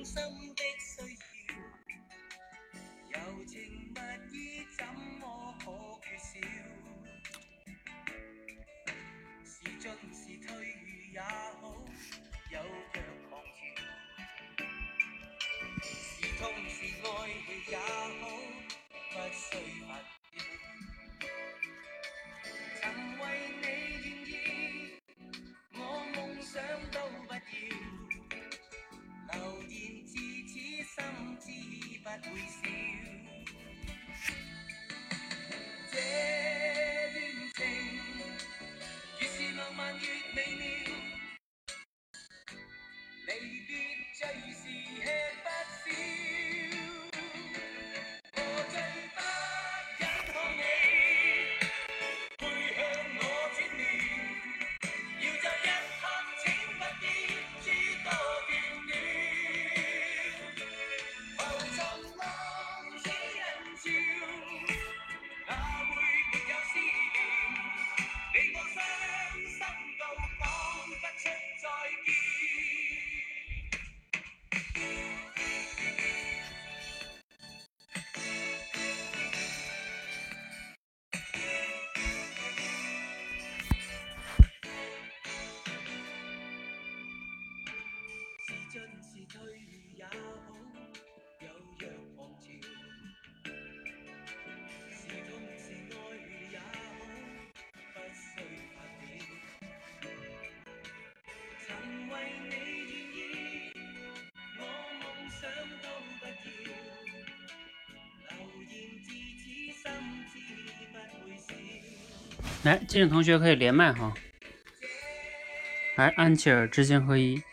来，这位同学可以连麦哈。来，安琪儿知行合一。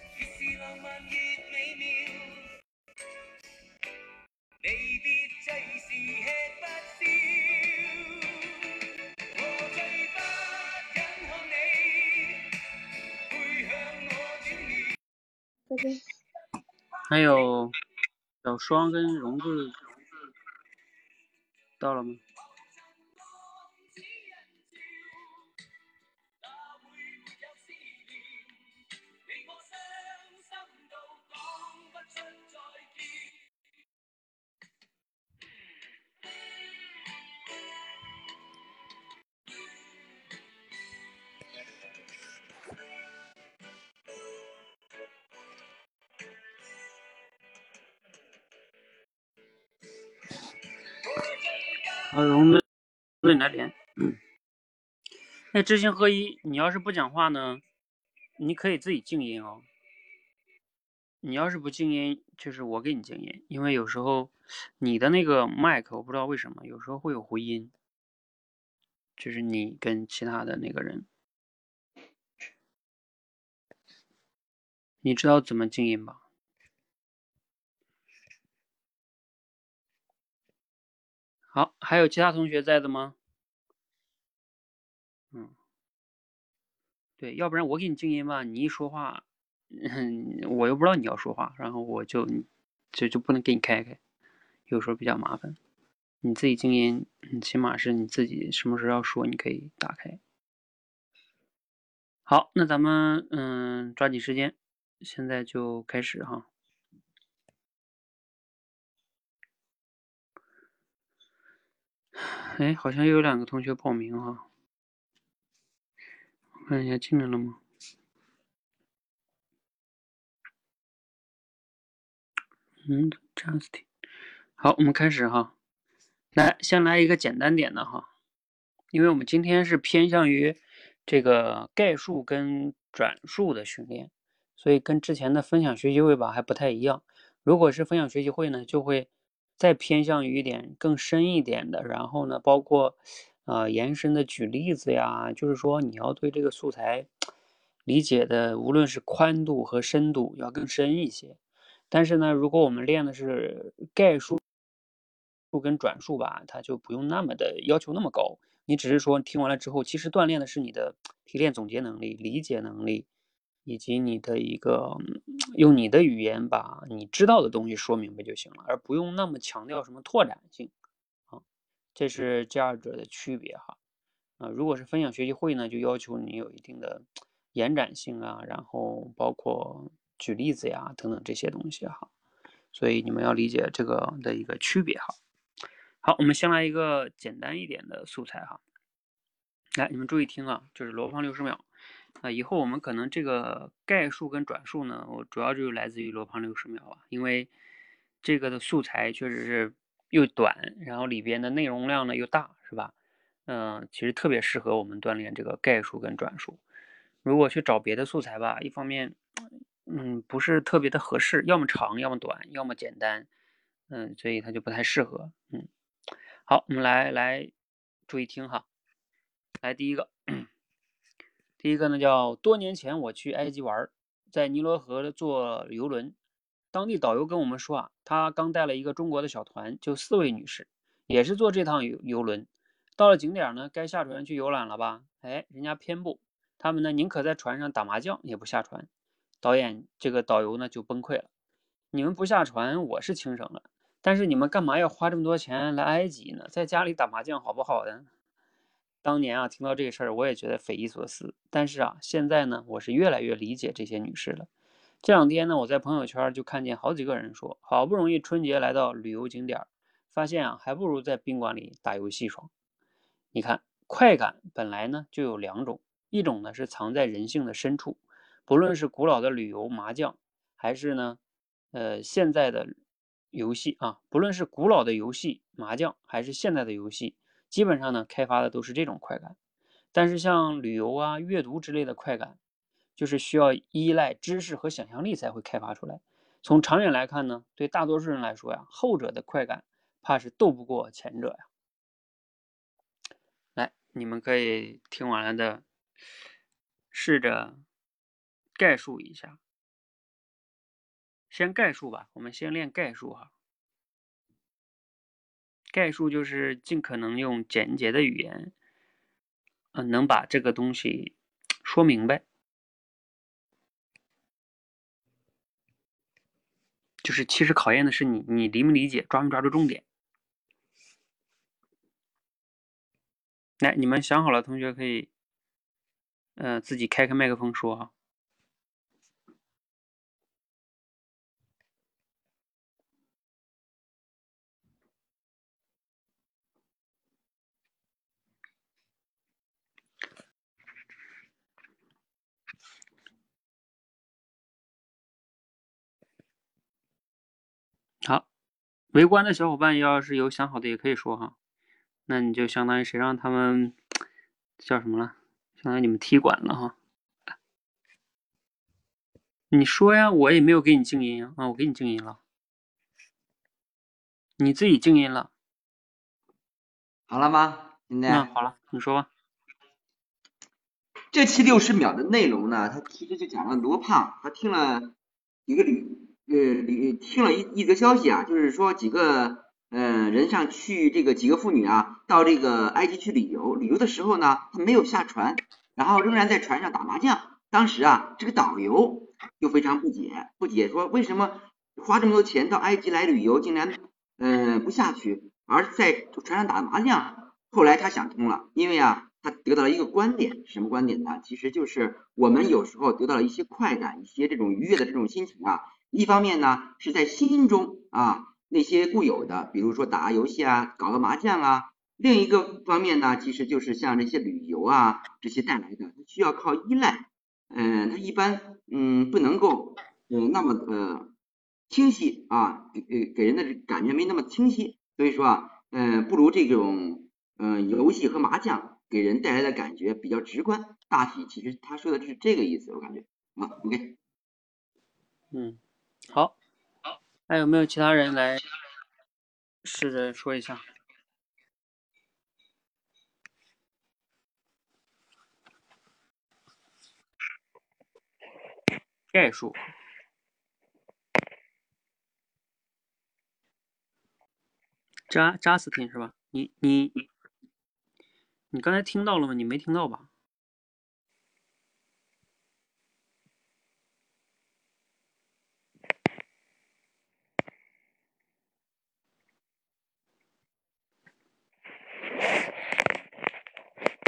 还有小双跟荣子到了吗？好，荣子你来连。那知行合一，你要是不讲话呢，你可以自己静音哦。你要是不静音，就是我给你静音，因为有时候你的那个麦克我不知道为什么有时候会有回音，就是你跟其他的那个人，你知道怎么静音吧？好，还有其他同学在的吗？对，要不然我给你静音吧，你一说话，我又不知道你要说话，然后我就不能给你开，有时候比较麻烦。你自己静音，起码是你自己什么时候要说，你可以打开。好，那咱们抓紧时间，现在就开始哈。哎，好像又有2个同学报名哈，我看一下进来了吗？Justin， 好，我们开始哈。来，先来一个简单点的哈，因为我们今天是偏向于这个概述跟转述的训练，所以跟之前的分享学习会吧还不太一样。如果是分享学习会呢，就会再偏向于一点更深一点的，然后呢，包括延伸的举例子呀，就是说你要对这个素材理解的，无论是宽度和深度要更深一些。但是呢，如果我们练的是概述跟转述吧，它就不用那么的要求那么高。你只是说听完了之后，其实锻炼的是你的提炼总结能力、理解能力，以及你的一个用你的语言把你知道的东西说明白就行了，而不用那么强调什么拓展性啊。这是这二者的区别哈。如果是分享学习会呢，就要求你有一定的延展性啊，然后包括举例子呀等等这些东西哈。所以你们要理解这个的一个区别哈。好，我们先来一个简单一点的素材哈。来，你们注意听啊，就是罗胖60秒。以后我们可能这个概述跟转述呢，我主要就是来自于罗胖60秒啊，因为这个的素材确实是又短，然后里边的内容量呢又大，是吧？其实特别适合我们锻炼这个概述跟转述。如果去找别的素材吧，一方面，不是特别的合适，要么长，要么短，要么简单，所以它就不太适合。好，我们来注意听哈。来第一个，第一个呢叫多年前我去埃及玩，在尼罗河坐游轮，当地导游跟我们说啊，他刚带了一个中国的小团，就4位女士，也是坐这趟游轮。到了景点呢，该下船去游览了吧？哎，人家偏不，他们呢宁可在船上打麻将也不下船。这个导游呢就崩溃了，你们不下船我是轻省了，但是你们干嘛要花这么多钱来埃及呢？在家里打麻将好不好呢？当年啊，听到这个事儿，我也觉得匪夷所思。但是啊，现在呢，我是越来越理解这些女士了。这两天呢，我在朋友圈就看见好几个人说，好不容易春节来到旅游景点，发现啊，还不如在宾馆里打游戏爽。你看，快感本来呢就有两种，一种呢是藏在人性的深处，不论是古老的旅游麻将，还是呢，现在的游戏啊，不论是古老的游戏麻将，还是现在的游戏。基本上呢，开发的都是这种快感。但是像旅游啊、阅读之类的快感，就是需要依赖知识和想象力才会开发出来。从长远来看呢，对大多数人来说呀，后者的快感怕是斗不过前者呀。来，你们可以听完了的，试着概述一下。先概述吧，我们先练概述哈。概述就是尽可能用简洁的语言，能把这个东西说明白。就是其实考验的是你理没理解，抓没抓住重点。来，你们想好了，同学可以，自己开麦克风说哈。好，围观的小伙伴要是有想好的也可以说哈。那你就相当于谁让他们叫什么了？相当于你们踢馆了哈。你说呀，我也没有给你静音啊，我给你静音了，你自己静音了。 好了吗？现在好了，你说吧。 这期60秒的内容呢，它其实就讲了罗胖他听了一个听了一则消息啊，就是说几个人上去这个几个妇女啊到这个埃及去旅游，旅游的时候呢，他没有下船，然后仍然在船上打麻将。当时啊，这个导游就非常不解说为什么花这么多钱到埃及来旅游，竟然不下去，而在船上打麻将。后来他想通了，因为啊，他得到了一个观点，什么观点呢？其实就是我们有时候得到了一些快感，一些这种愉悦的这种心情啊。一方面呢，是在心中啊那些固有的，比如说打游戏啊，搞个麻将啊。另一个方面呢，其实就是像这些旅游啊这些带来的，需要靠依赖。它一般不能够那么清晰啊，给人的感觉没那么清晰。所以说啊，不如这种游戏和麻将给人带来的感觉比较直观。大体其实他说的是这个意思，我感觉啊，OK。 好，还有没有其他人来试着说一下概述？Justin 是吧？你刚才听到了吗？你没听到吧？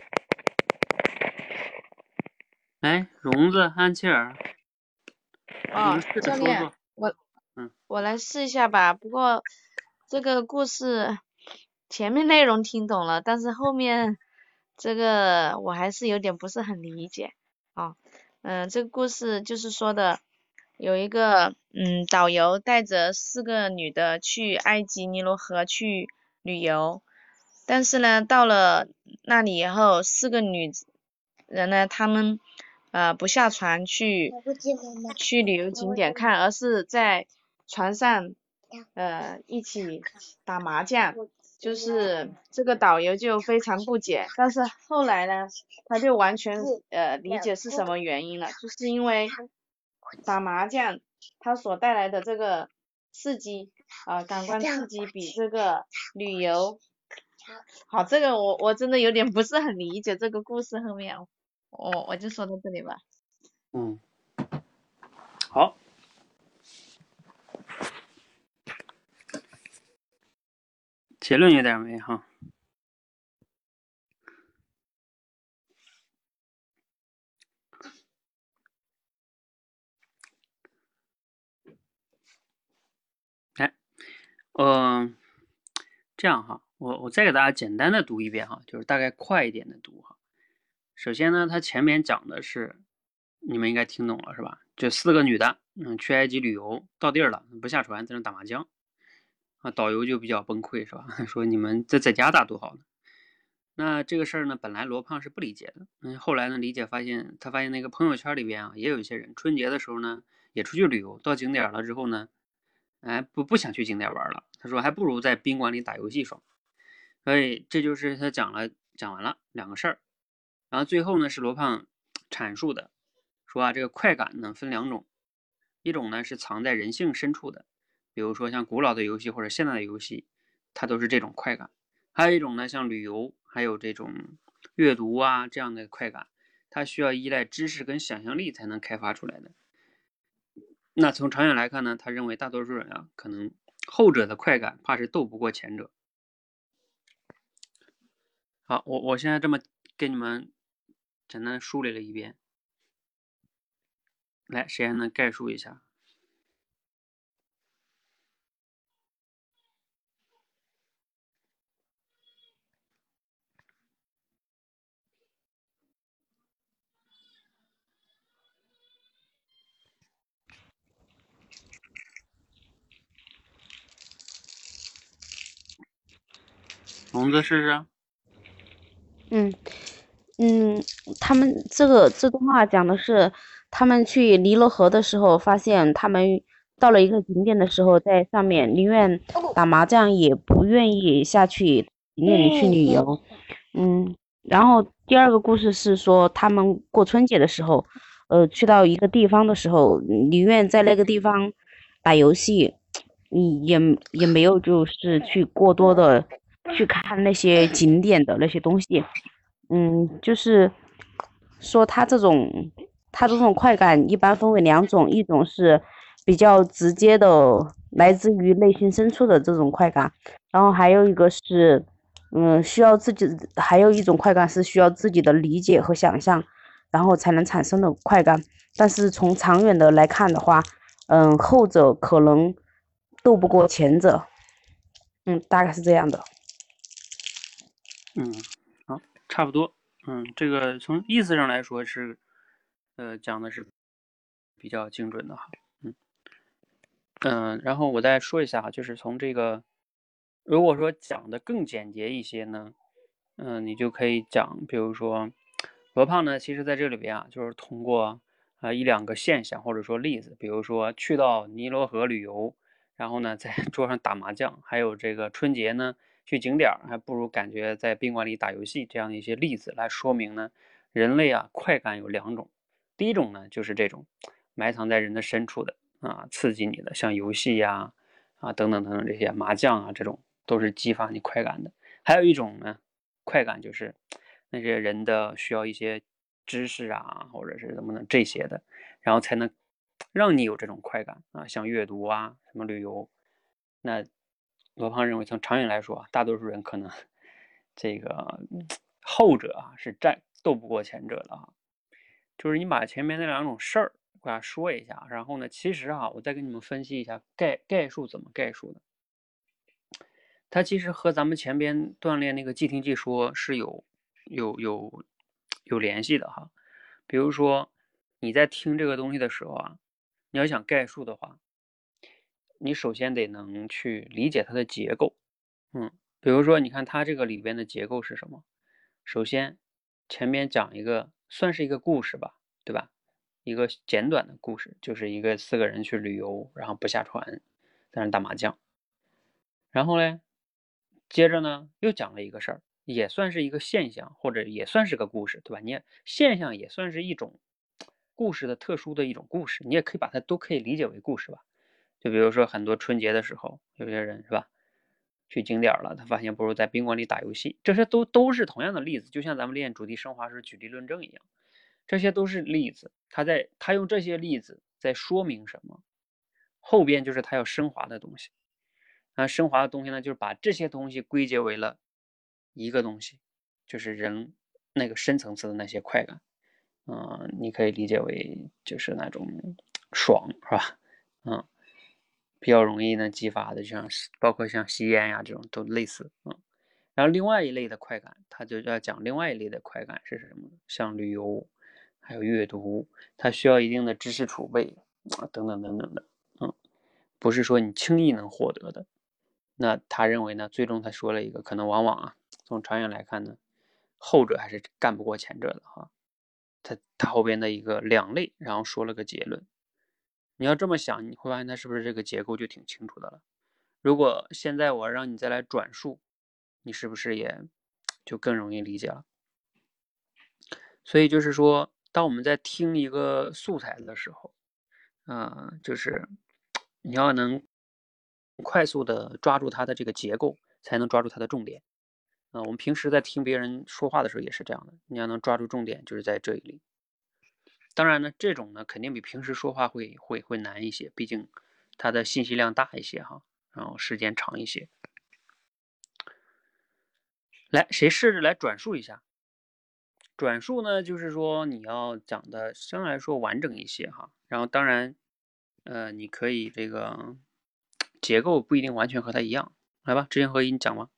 哎，荣子、安琪儿， 你们试着教练， 说说。 我来试一下吧。不过这个故事前面内容听懂了，但是后面这个我还是有点不是很理解啊。这个故事就是说的，有一个导游带着4个女的去埃及尼罗河去旅游，但是呢，到了那里以后，4个女人呢，她们不下船去旅游景点看，而是在船上一起打麻将。就是这个导游就非常不解，但是后来呢，他就完全理解是什么原因了，就是因为打麻将它所带来的这个刺激感官刺激比这个旅游好。这个我真的有点不是很理解这个故事后面，我就说到这里吧。 好，结论有点没哈。这样哈，我再给大家简单的读一遍哈，就是大概快一点的读哈。首先呢，他前面讲的是，你们应该听懂了是吧？就4个女的，去埃及旅游，到地儿了不下船，在那打麻将，导游就比较崩溃是吧？说你们在家打多好呢。那这个事儿呢，本来罗胖是不理解的，后来呢理解发现，他发现那个朋友圈里边啊，也有一些人春节的时候呢，也出去旅游，到景点了之后呢，不想去景点玩了，他说还不如在宾馆里打游戏爽。所以这就是他讲完了2个事儿，然后最后呢是罗胖阐述的，说啊这个快感呢分2种，一种呢是藏在人性深处的，比如说像古老的游戏或者现代的游戏，它都是这种快感；还有一种呢像旅游还有这种阅读啊这样的快感，它需要依赖知识跟想象力才能开发出来的。那从长远来看呢，他认为大多数人啊可能后者的快感怕是斗不过前者。好，我现在这么给你们简单梳理了一遍，来，谁还能概述一下？龙子试试。 他们这段话讲的是，他们去尼罗河的时候，发现他们到了一个景点的时候，在上面宁愿打麻将也不愿意下去景点里去旅游。然后第二个故事是说，他们过春节的时候，去到一个地方的时候，宁愿在那个地方打游戏，也没有就是去过多的去看那些景点的那些东西。就是说他这种快感一般分为2种，一种是比较直接的，来自于内心深处的这种快感，然后还有一个是，需要自己，还有一种快感是需要自己的理解和想象，然后才能产生的快感。但是从长远的来看的话，后者可能斗不过前者。大概是这样的。 好，差不多。这个从意思上来说是，讲的是比较精准的哈。然后我再说一下哈，就是从这个，如果说讲的更简洁一些呢，你就可以讲，比如说罗胖呢，其实在这里边啊，就是通过1、2个现象或者说例子，比如说去到尼罗河旅游，然后呢在桌上打麻将，还有这个春节呢去景点还不如感觉在宾馆里打游戏这样的一些例子来说明呢，人类啊快感有2种，第一种呢就是这种埋藏在人的深处的刺激你的，像游戏呀等等等等这些麻将啊这种都是激发你快感的，还有一种呢快感就是那些人的需要一些知识啊，或者是怎么的这些的，然后才能让你有这种快感像阅读啊，什么旅游。那罗胖认为，从长远来说大多数人可能这个后者是斗不过前者的就是你把前面那2种事儿给大家说一下。然后呢，其实我再跟你们分析一下概述怎么概述的。它其实和咱们前边锻炼那个即听即说是有联系的哈。比如说你在听这个东西的时候你要想概述的话，你首先得能去理解它的结构。比如说你看它这个里边的结构是什么？首先前面讲一个算是一个故事吧，对吧？一个简短的故事，就是4个人去旅游，然后不下船，在那打麻将。然后呢，接着呢又讲了一个事儿，也算是一个现象，或者也算是个故事，对吧？现象也算是一种故事的特殊的一种故事，你也可以把它都可以理解为故事吧。就比如说很多春节的时候，有些人是吧，去景点了，他发现不如在宾馆里打游戏，这些都是同样的例子，就像咱们练主题升华时举例论证一样，这些都是例子。他用这些例子在说明什么？后边就是他要升华的东西。升华的东西呢，就是把这些东西归结为了一个东西，就是人那个深层次的那些快感。你可以理解为就是那种爽，是吧？比较容易呢激发的，包括像吸烟呀这种都类似。然后另外一类的快感，他就要讲另外一类的快感是什么？像旅游，还有阅读，它需要一定的知识储备等等等等的。不是说你轻易能获得的。那他认为呢，最终他说了一个可能往往从长远来看呢，后者还是干不过前者的哈。他后边的一个两类，然后说了个结论。你要这么想，你会发现它是不是这个结构就挺清楚的了？如果现在我让你再来转述，你是不是也就更容易理解了？所以就是说，当我们在听一个素材的时候，就是你要能快速的抓住它的这个结构，才能抓住它的重点。我们平时在听别人说话的时候也是这样的，你要能抓住重点，就是在这里。当然呢，这种呢肯定比平时说话会难一些，毕竟它的信息量大一些哈，然后时间长一些。来，谁试着来转述一下？转述呢，就是说你要讲的相对来说完整一些哈，然后当然，你可以这个结构不一定完全和它一样。来吧，知行合一，你讲吧。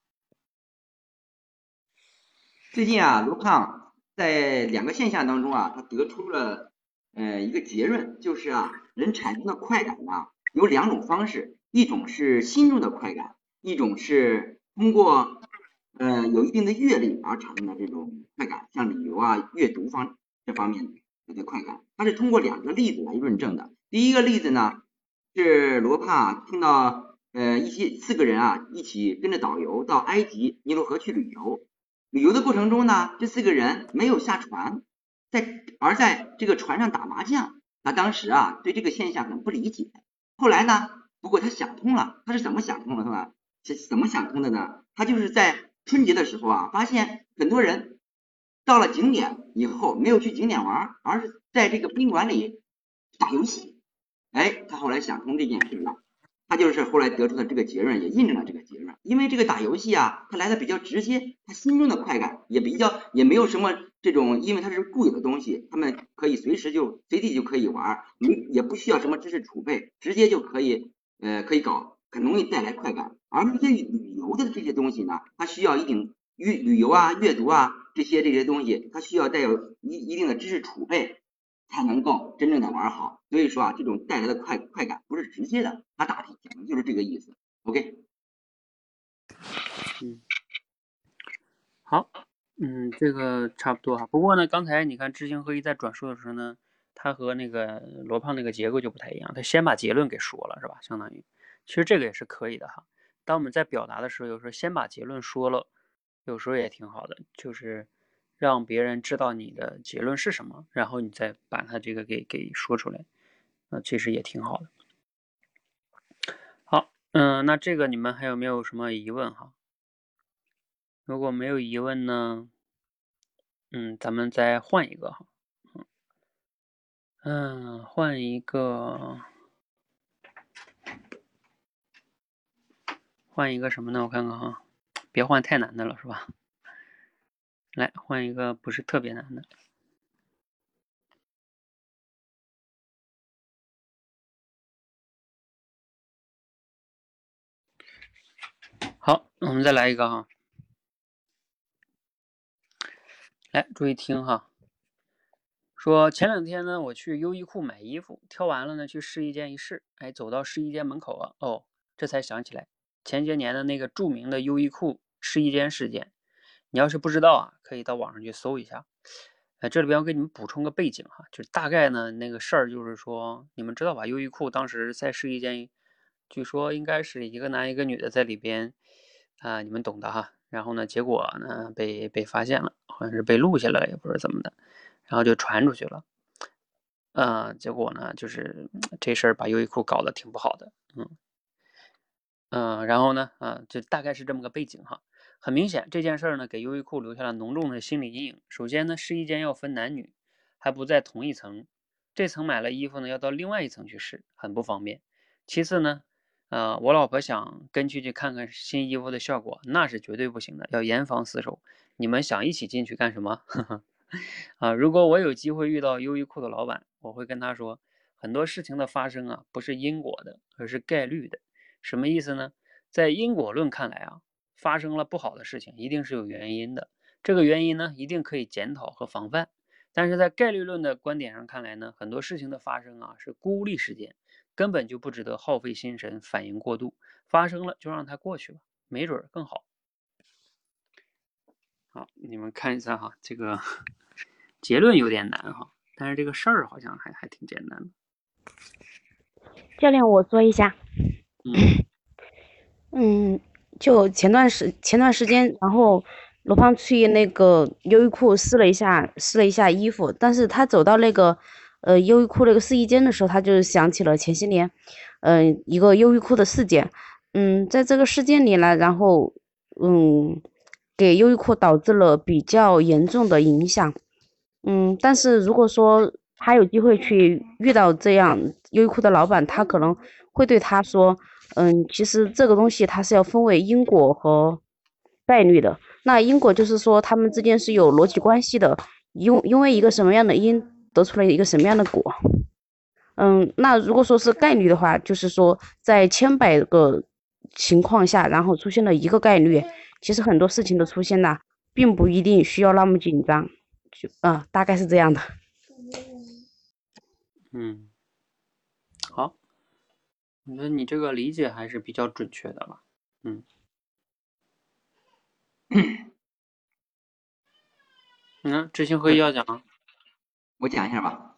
最近罗胖在两个现象当中他得出了一个结论，就是人产生的快感有两种方式，一种是心中的快感，一种是通过有一定的阅历而产生的这种快感，像旅游阅读这方面的快感。它是通过两个例子来论证的。第一个例子呢是罗胖听到4个人一起跟着导游到埃及尼罗河去旅游。旅游的过程中呢，这4个人没有下船，而在这个船上打麻将。他当时对这个现象很不理解。后来呢，不过他想通了，他是怎么想通的呢？是怎么想通的呢？他就是在春节的时候发现很多人到了景点以后没有去景点玩，而是在这个宾馆里打游戏。他后来想通这件事了。他就是后来得出的这个结论，也印证了这个结论。因为这个打游戏它来的比较直接，他心中的快感也没有什么这种，因为它是固有的东西，他们可以随地就可以玩，也不需要什么知识储备，直接就可以搞，很容易带来快感。而那些旅游的这些东西呢，它需要一定旅游阅读这些东西，它需要带有一定的知识储备，才能够真正的玩好。所以说这种带来的快感不是直接的，它大体讲的就是这个意思。OK。 好，这个差不多哈。不过呢，刚才你看知行合一在转述的时候呢，他和那个罗胖那个结构就不太一样，他先把结论给说了，是吧？相当于，其实这个也是可以的哈。当我们在表达的时候，有时候先把结论说了，有时候也挺好的，就是让别人知道你的结论是什么，然后你再把它这个给说出来，其实也挺好的。好，那这个你们还有没有什么疑问哈？如果没有疑问呢，咱们再换一个哈。换一个什么呢？我看看哈，别换太难的了，是吧？来换一个不是特别难的。 我们再来一个哈，来注意听哈。说前2天呢，我去优衣库买衣服，挑完了呢，去试衣间一试，哎，走到试衣间门口啊，哦，这才想起来前些年的那个著名的优衣库试衣间事件。你要是不知道啊，可以到网上去搜一下。这里边我给你们补充个背景哈，就是大概呢那个事儿就是说，你们知道吧？优衣库当时在试衣间，据说应该是一个男一个女的在里边，你们懂的哈。然后呢，结果呢被发现了，好像是被录下来了，也不知道怎么的，然后就传出去了。结果呢，就是这事儿把优衣库搞得挺不好的，然后呢，就大概是这么个背景哈。很明显，这件事儿呢，给优衣库留下了浓重的心理阴影。首先呢，试衣间要分男女，还不在同一层，这层买了衣服呢，要到另外一层去试，很不方便。其次呢，我老婆想跟去看看新衣服的效果，那是绝对不行的，要严防死守。你们想一起进去干什么？如果我有机会遇到优衣库的老板，我会跟他说，很多事情的发生啊，不是因果的，而是概率的。什么意思呢？在因果论看来啊，发生了不好的事情，一定是有原因的。这个原因呢，一定可以检讨和防范。但是在概率论的观点上看来呢，很多事情的发生啊，是孤立事件，根本就不值得耗费心神反应过度。发生了就让它过去吧，没准更好。好，你们看一下哈，这个结论有点难哈，但是这个事儿好像还挺简单的。 教练，我说一下。就前段时间，然后罗胖去那个优衣库试了一下衣服，但是他走到那个优衣库那个试衣间的时候，他就想起了前些年一个优衣库的事件。在这个事件里呢，然后给优衣库导致了比较严重的影响。但是如果说他有机会去遇到这样优衣库的老板，他可能会对他说，其实这个东西它是要分为因果和概率的。那因果就是说他们之间是有逻辑关系的，因为一个什么样的因得出了一个什么样的果。那如果说是概率的话，就是说在千百个情况下，然后出现了一个概率，其实很多事情的出现呢，并不一定需要那么紧张。大概是这样的。 好，我觉得你这个理解还是比较准确的了。执行会议要讲， 我讲一下吧。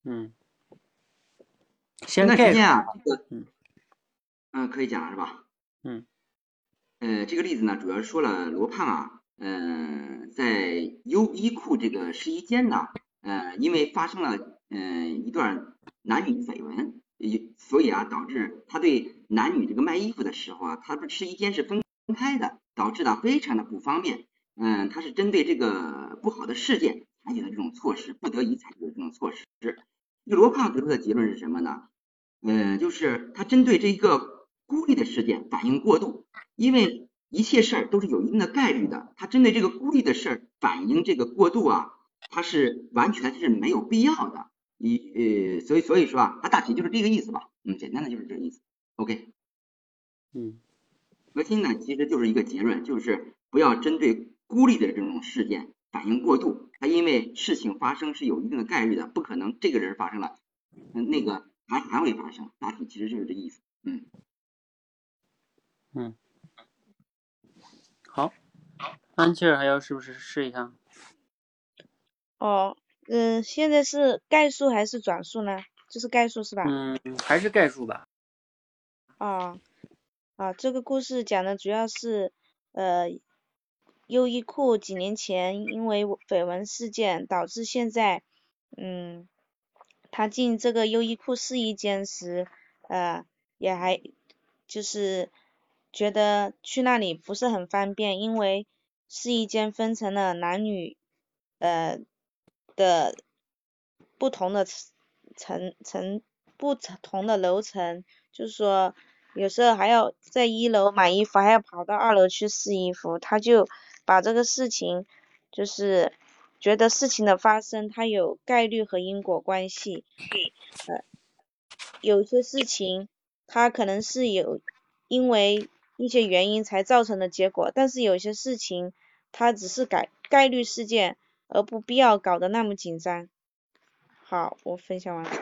先前段时间啊，可以讲了是吧？这个例子呢，主要说了罗胖啊，在优衣库这个试衣间呢，因为发生了一段男女绯闻，所以啊，导致他对男女这个卖衣服的时候啊，他的试衣间是分开的，导致呢非常的不方便。他是针对这个不好的事件采取的这种措施，不得已采取的这种措施。这个罗胖得出的结论是什么呢？就是他针对这一个孤立的事件反应过度，因为一切事儿都是有一定的概率的，他针对这个孤立的事儿反应这个过度啊，他是完全是没有必要的。所以说啊，他大体就是这个意思吧，简单的就是这个意思。OK，核心呢其实就是一个结论，就是不要针对孤立的这种事件反应过度，它因为事情发生是有一定的概率的，不可能这个人发生了，那个还会发生，大体其实就是这意思。 好，安琪儿还要是不是试一下？ 现在是概述还是转述呢？就是概述是吧？ 还是概述吧。 这个故事讲的主要是优衣库几年前因为绯闻事件导致现在他进这个优衣库试衣间时也还就是觉得去那里不是很方便，因为试衣间分成了男女的不同的不同的楼层，就是说有时候还要在1楼买衣服，还要跑到2楼去试衣服，他就把这个事情就是觉得事情的发生它有概率和因果关系，有些事情它可能是因为一些原因才造成的结果，但是有些事情它只是概率事件，而不必要搞得那么紧张。好，我分享完了。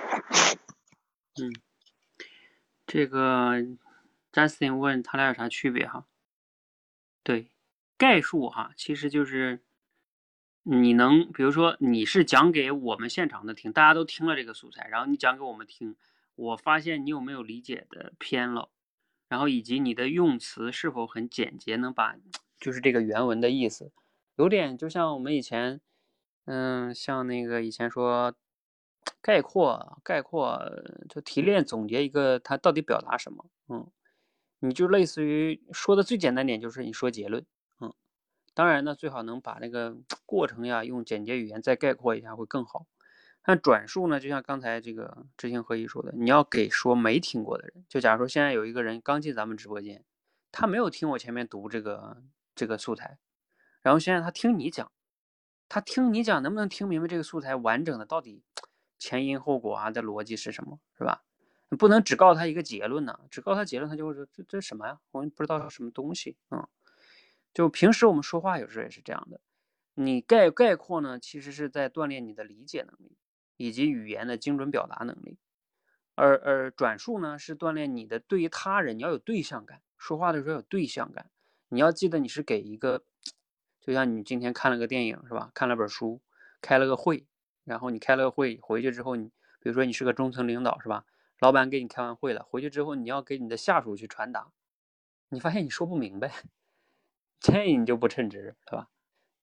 这个 Justin 问他俩有啥区别哈？对，概述哈，其实就是你能，比如说你是讲给我们现场的听，大家都听了这个素材，然后你讲给我们听，我发现你有没有理解的偏了，然后以及你的用词是否很简洁，能把就是这个原文的意思，有点就像我们以前，像那个以前说概括就提炼总结一个它到底表达什么，你就类似于说的最简单点就是你说结论，当然呢，最好能把那个过程呀用简洁语言再概括一下会更好。那转述呢，就像刚才这个知行合一说的，你要给说没听过的人。就假如说现在有一个人刚进咱们直播间，他没有听我前面读这个素材，然后现在他听你讲，能不能听明白这个素材完整的到底前因后果啊的逻辑是什么，是吧？你不能只告诉他一个结论呢，只告诉他结论，他就会说这什么呀？我们不知道是什么东西，就平时我们说话有时候也是这样的，你概括呢，其实是在锻炼你的理解能力以及语言的精准表达能力，而转述呢是锻炼你的对于他人你要有对象感，说话的时候有对象感，你要记得你是给一个，就像你今天看了个电影是吧？看了本书，开了个会，然后你开了个会回去之后，你比如说你是个中层领导是吧？老板给你开完会了，回去之后你要给你的下属去传达，你发现你说不明白。这你就不称职，对吧？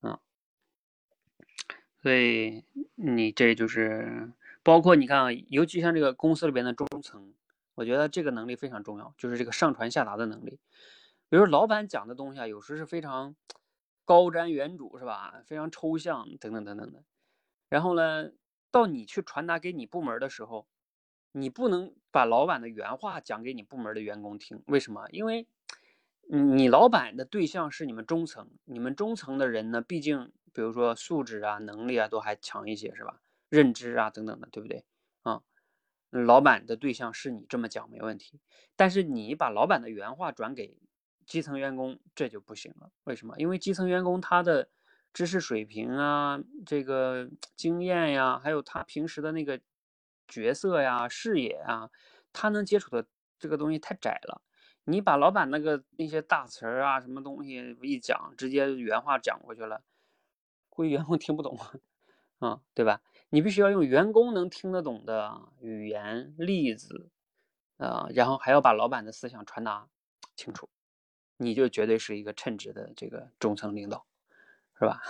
所以你这就是包括你看啊，尤其像这个公司里边的中层，我觉得这个能力非常重要，就是这个上传下达的能力。比如老板讲的东西啊，有时是非常高瞻远瞩，是吧？非常抽象，等等等等的。然后呢，到你去传达给你部门的时候，你不能把老板的原话讲给你部门的员工听，为什么？因为你老板的对象是你们中层，你们中层的人呢，毕竟比如说素质啊、能力啊都还强一些，是吧？认知啊等等的，对不对？老板的对象是你，这么讲没问题。但是你把老板的原话转给基层员工，这就不行了。为什么？因为基层员工他的知识水平啊、这个经验呀，还有他平时的那个角色呀、视野啊，他能接触的这个东西太窄了。你把老板那些大词儿啊、什么东西一讲，直接原话讲过去了，估计员工听不懂对吧？你必须要用员工能听得懂的语言例子，然后还要把老板的思想传达清楚，你就绝对是一个称职的这个中层领导，是吧？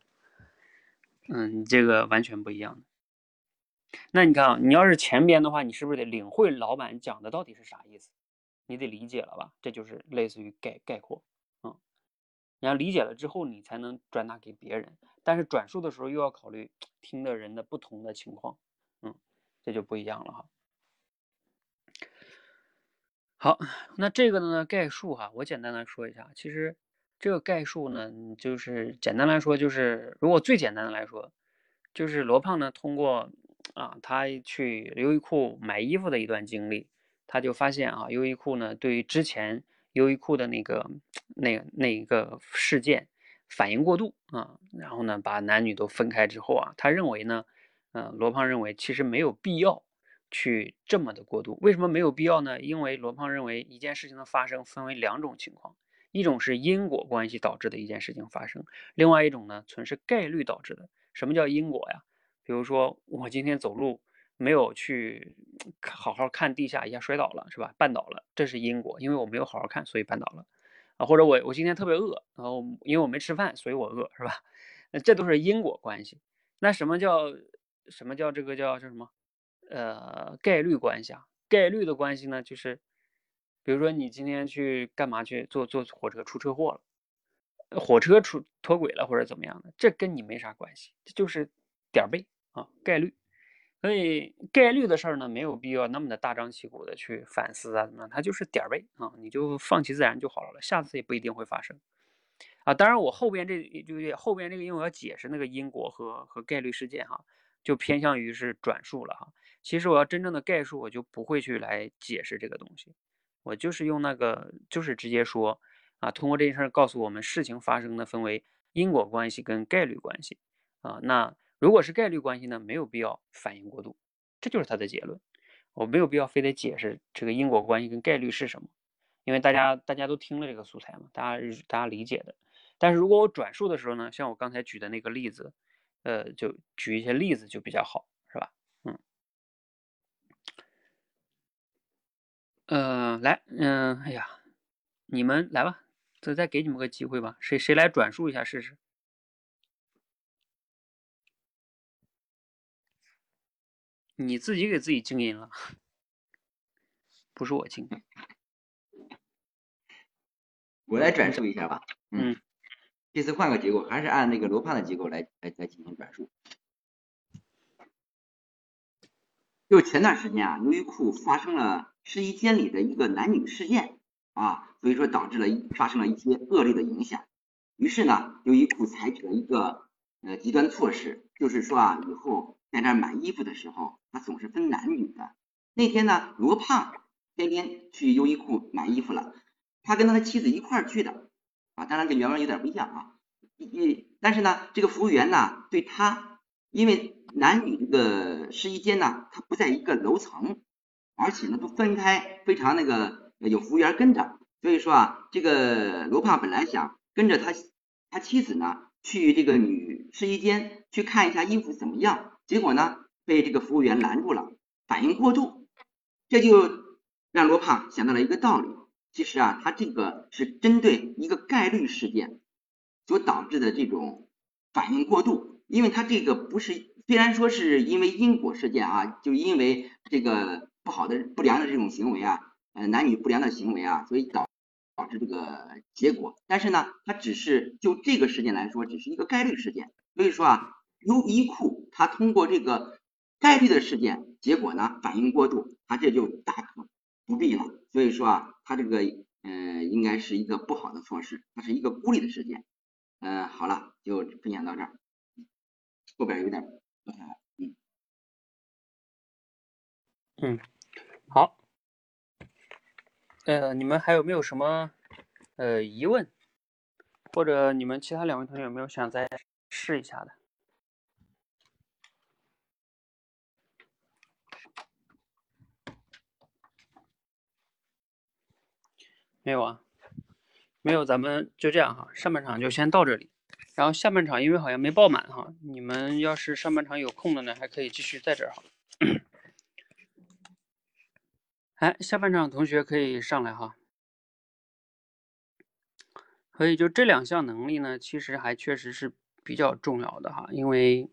你这个完全不一样。那你看啊，你要是前边的话，你是不是得领会老板讲的到底是啥意思？你得理解了吧？这就是类似于概括，你要理解了之后，你才能转达给别人。但是转述的时候又要考虑听的人的不同的情况，这就不一样了哈。好，那这个呢概述哈，我简单来说一下。其实这个概述呢，就是简单来说，就是如果最简单的来说，就是罗胖呢通过他去优衣库买衣服的一段经历，他就发现优衣库呢对于之前优衣库的那一个事件反应过度然后呢把男女都分开之后他认为呢，罗胖认为其实没有必要去这么的过度。为什么没有必要呢？因为罗胖认为一件事情的发生分为两种情况，一种是因果关系导致的一件事情发生，另外一种呢纯是概率导致的。什么叫因果呀？比如说我今天走路没有去好好看地下，一下摔倒了，是吧？绊倒了，这是因果，因为我没有好好看，所以绊倒了或者我今天特别饿，然后因为我没吃饭，所以我饿，是吧？这都是因果关系。那什么叫这个叫什么？概率关系啊？概率的关系呢，就是比如说你今天去干嘛去坐火车出车祸了，火车脱轨了或者怎么样的，这跟你没啥关系，这就是点背概率。所以概率的事儿呢，没有必要那么的大张旗鼓的去反思怎么样，它就是点背你就放弃自然就好了，下次也不一定会发生当然我后边这个因为我要解释那个因果和概率事件就偏向于是转述了其实我要真正的概述，我就不会去来解释这个东西我就是用那个，就是直接说啊，通过这件事告诉我们事情发生的分为因果关系跟概率关系啊。那如果是概率关系呢，没有必要反应过度，这就是他的结论。我没有必要非得解释这个因果关系跟概率是什么，因为大家都听了这个素材嘛，大家理解的。但是如果我转述的时候呢，像我刚才举的那个例子，就举一些例子就比较好，是吧？来，哎呀，你们来吧，再给你们个机会吧，谁来转述一下试试？你自己给自己静音了，不是我静。 我来转述一下吧。 嗯， 这次换个结构，还是按那个罗胖的结构来进行转述。就前段时间啊，优衣库发生了试衣间里的一个男女事件啊，所以说导致了发生了一些恶劣的影响。于是呢，优衣库采取了一个极端措施，就是说啊，以后在这买衣服的时候，他总是分男女的。那天呢，罗胖天天去优衣库买衣服了，他跟他的妻子一块儿去的啊，当然跟原文有点不一样啊。但是呢，这个服务员呢，对他，因为男女这个试衣间呢，它不在一个楼层，而且呢都分开，非常那个有服务员跟着，所以说啊，这个罗胖本来想跟着他妻子呢去这个女试衣间去看一下衣服怎么样，结果呢被这个服务员拦住了，反应过度，这就让罗胖想到了一个道理，其实啊，他这个是针对一个概率事件所导致的这种反应过度，因为它这个不是，虽然说是因为因果事件啊，就因为这个不良的这种行为啊，男女不良的行为啊，所以导致这个结果，但是呢，它只是就这个事件来说，只是一个概率事件，所以说啊，优衣库它通过这个概率的事件，结果呢反应过度，它这就大可不必了，所以说啊，它这个应该是一个不好的措施，它是一个孤立的事件。好了，就分享到这儿，后边有点不太好。 好。你们还有没有什么疑问，或者你们其他两位同学有没有想再试一下的？没有啊，没有，咱们就这样哈，上半场就先到这里，然后下半场因为好像没爆满哈，你们要是上半场有空的呢，还可以继续在这儿哈。哎，下半场同学可以上来哈。所以就这两项能力呢，其实还确实是比较重要的哈，因为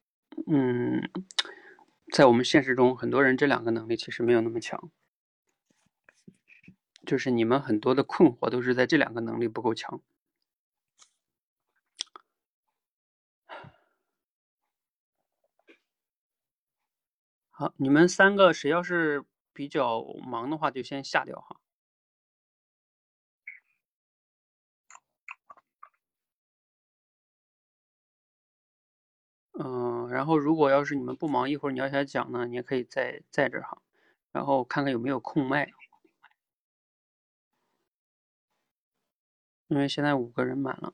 在我们现实中，很多人这两个能力其实没有那么强，就是你们很多的困惑都是在这两个能力不够强。好，你们三个谁要是比较忙的话，就先下掉哈。然后如果要是你们不忙，一会儿你要想讲呢，你也可以在这儿哈，然后看看有没有空麦。因为现在5个人满了。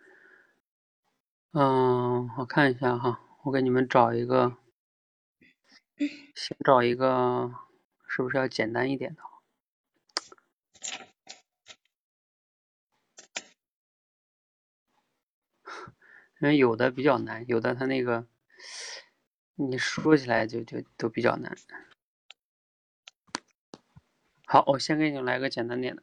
我看一下哈，我给你们找一个，先找一个，是不是要简单一点的？因为有的比较难，有的它那个你说起来就都比较难。好，我先给你们来个简单点的。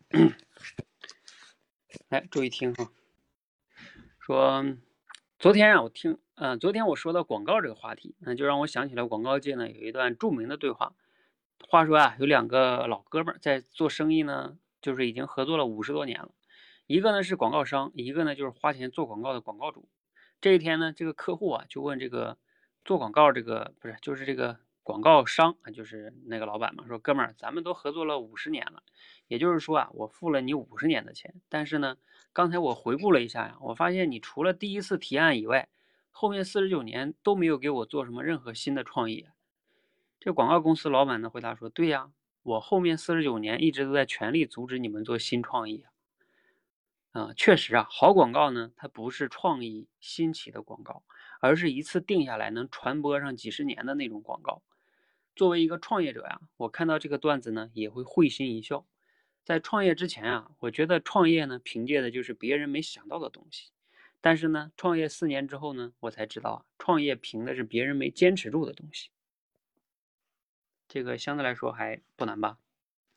来，注意听哈。说昨天啊，昨天我说到广告这个话题，那就让我想起了广告界呢有一段著名的对话。话说啊，有2个老哥们儿在做生意呢，就是已经合作了50多年了。一个呢是广告商，一个呢就是花钱做广告的广告主。这一天呢，这个客户啊就问这个做广告就是这个广告商啊，就是那个老板嘛，说哥们儿，咱们都合作了50年了，也就是说啊，我付了你50年的钱，但是呢，刚才我回顾了一下呀，我发现你除了第一次提案以外，后面49年都没有给我做什么任何新的创意。这广告公司老板呢回答说，对呀， 我后面49年一直都在全力阻止你们做新创意确实啊，好广告呢，它不是创意新奇的广告，而是一次定下来能传播上几十年的那种广告。作为一个创业者呀，我看到这个段子呢，也会会心一笑。在创业之前啊，我觉得创业呢，凭借的就是别人没想到的东西。但是呢，创业4年之后呢，我才知道啊，创业凭的是别人没坚持住的东西。这个相对来说还不难吧？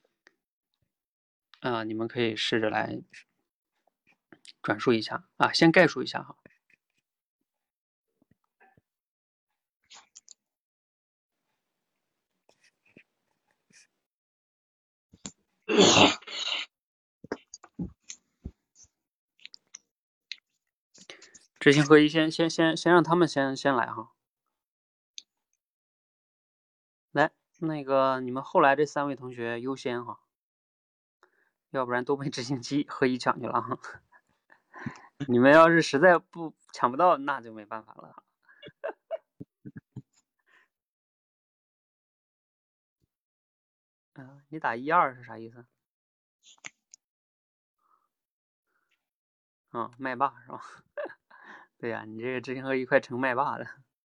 你们可以试着来转述一下啊，先概述一下哈。知行合一，先让他们先来哈。来，那个你们后来这3位同学优先哈，要不然都被知行合一抢去了哈。你们要是实在抢不到，那就没办法了。你打1、2是啥意思？麦霸是吧？对呀，你这个知行合一快成麦霸了。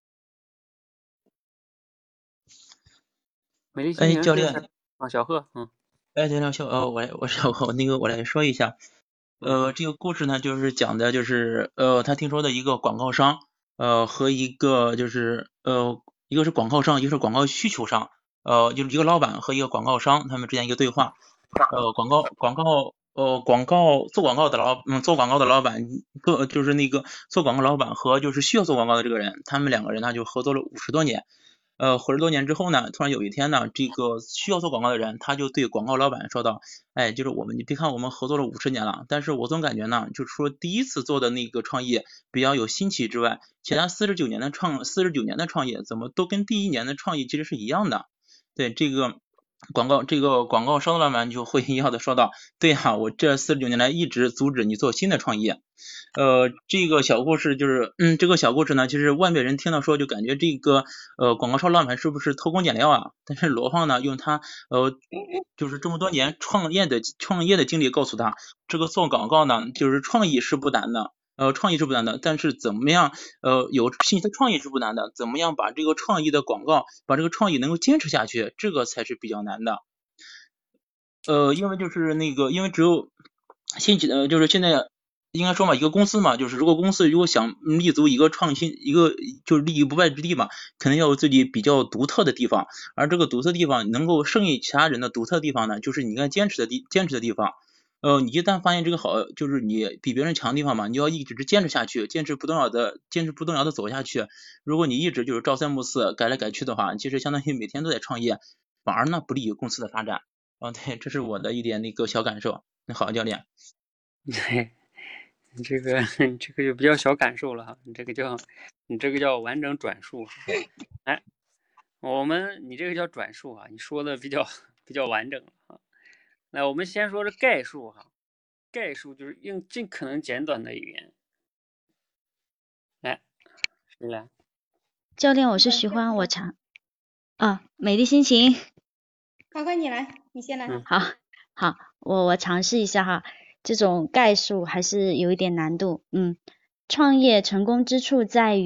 美丽心情教练小贺， 教练我来说一下，这个故事呢，就是讲的就是他听说的一个广告商，和一个就是一个是广告商，一个是广告需求商，就是一个老板和一个广告商他们之间一个对话，广告做广告的老板就是那个做广告老板和就是需要做广告的这个人，他们2个人呢就合作了50多年。50多年之后呢，突然有一天呢，这个需要做广告的人，他就对广告老板说道：“哎，就是你别看我们合作了50年了，但是我总感觉呢，就是说第一次做的那个创业比较有新奇之外，其他49年的创业怎么都跟第1年的创业其实是一样的。”对这个广告商的老板就会一样的说道：“对呀，我这49年来一直阻止你做新的创业。”这个小故事就是，这个小故事呢，其实外面人听到说就感觉这个广告商老板是不是偷工减料啊？但是罗胖呢，用他就是这么多年创业的经历告诉他，这个做广告呢，就是创意是不难的。但是怎么样有新的创意是不难的，怎么样把这个创意的广告，把这个创意能够坚持下去，这个才是比较难的。因为只有就是现在应该说嘛，一个公司嘛，就是如果公司想立足一个创新，一个就是立于不败之地嘛，肯定要有自己比较独特的地方，而这个独特地方能够胜于其他人的独特地方呢，就是你应该坚持的地方。你一旦发现这个好，就是你比别人强的地方嘛，你要一直坚持下去，坚持不动摇的走下去。如果你一直就是朝三暮四改来改去的话，其实相当于每天都在创业，反而呢不利于公司的发展。对，这是我的一点那个小感受。那好，教练。 对，这个就比较小感受了哈，你这个叫完整转述。哎，你这个叫转述啊，你说的比较完整了哈。来，我们先说这概述哈，概述就是用尽可能简短的语言。来，谁来？ 教练，我是徐欢，美丽心情。 欢欢你来，你先来。 好，我尝试一下哈，这种概述还是有一点难度。创业成功之处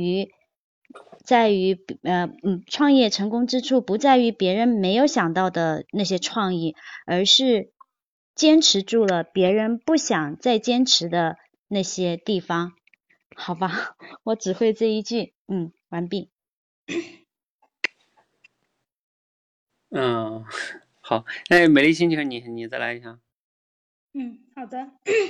创业成功之处不在于别人没有想到的那些创意，而是坚持住了别人不想再坚持的那些地方。好吧，我只会这一句。完毕。 好，那美丽心情你再来一下。 好的。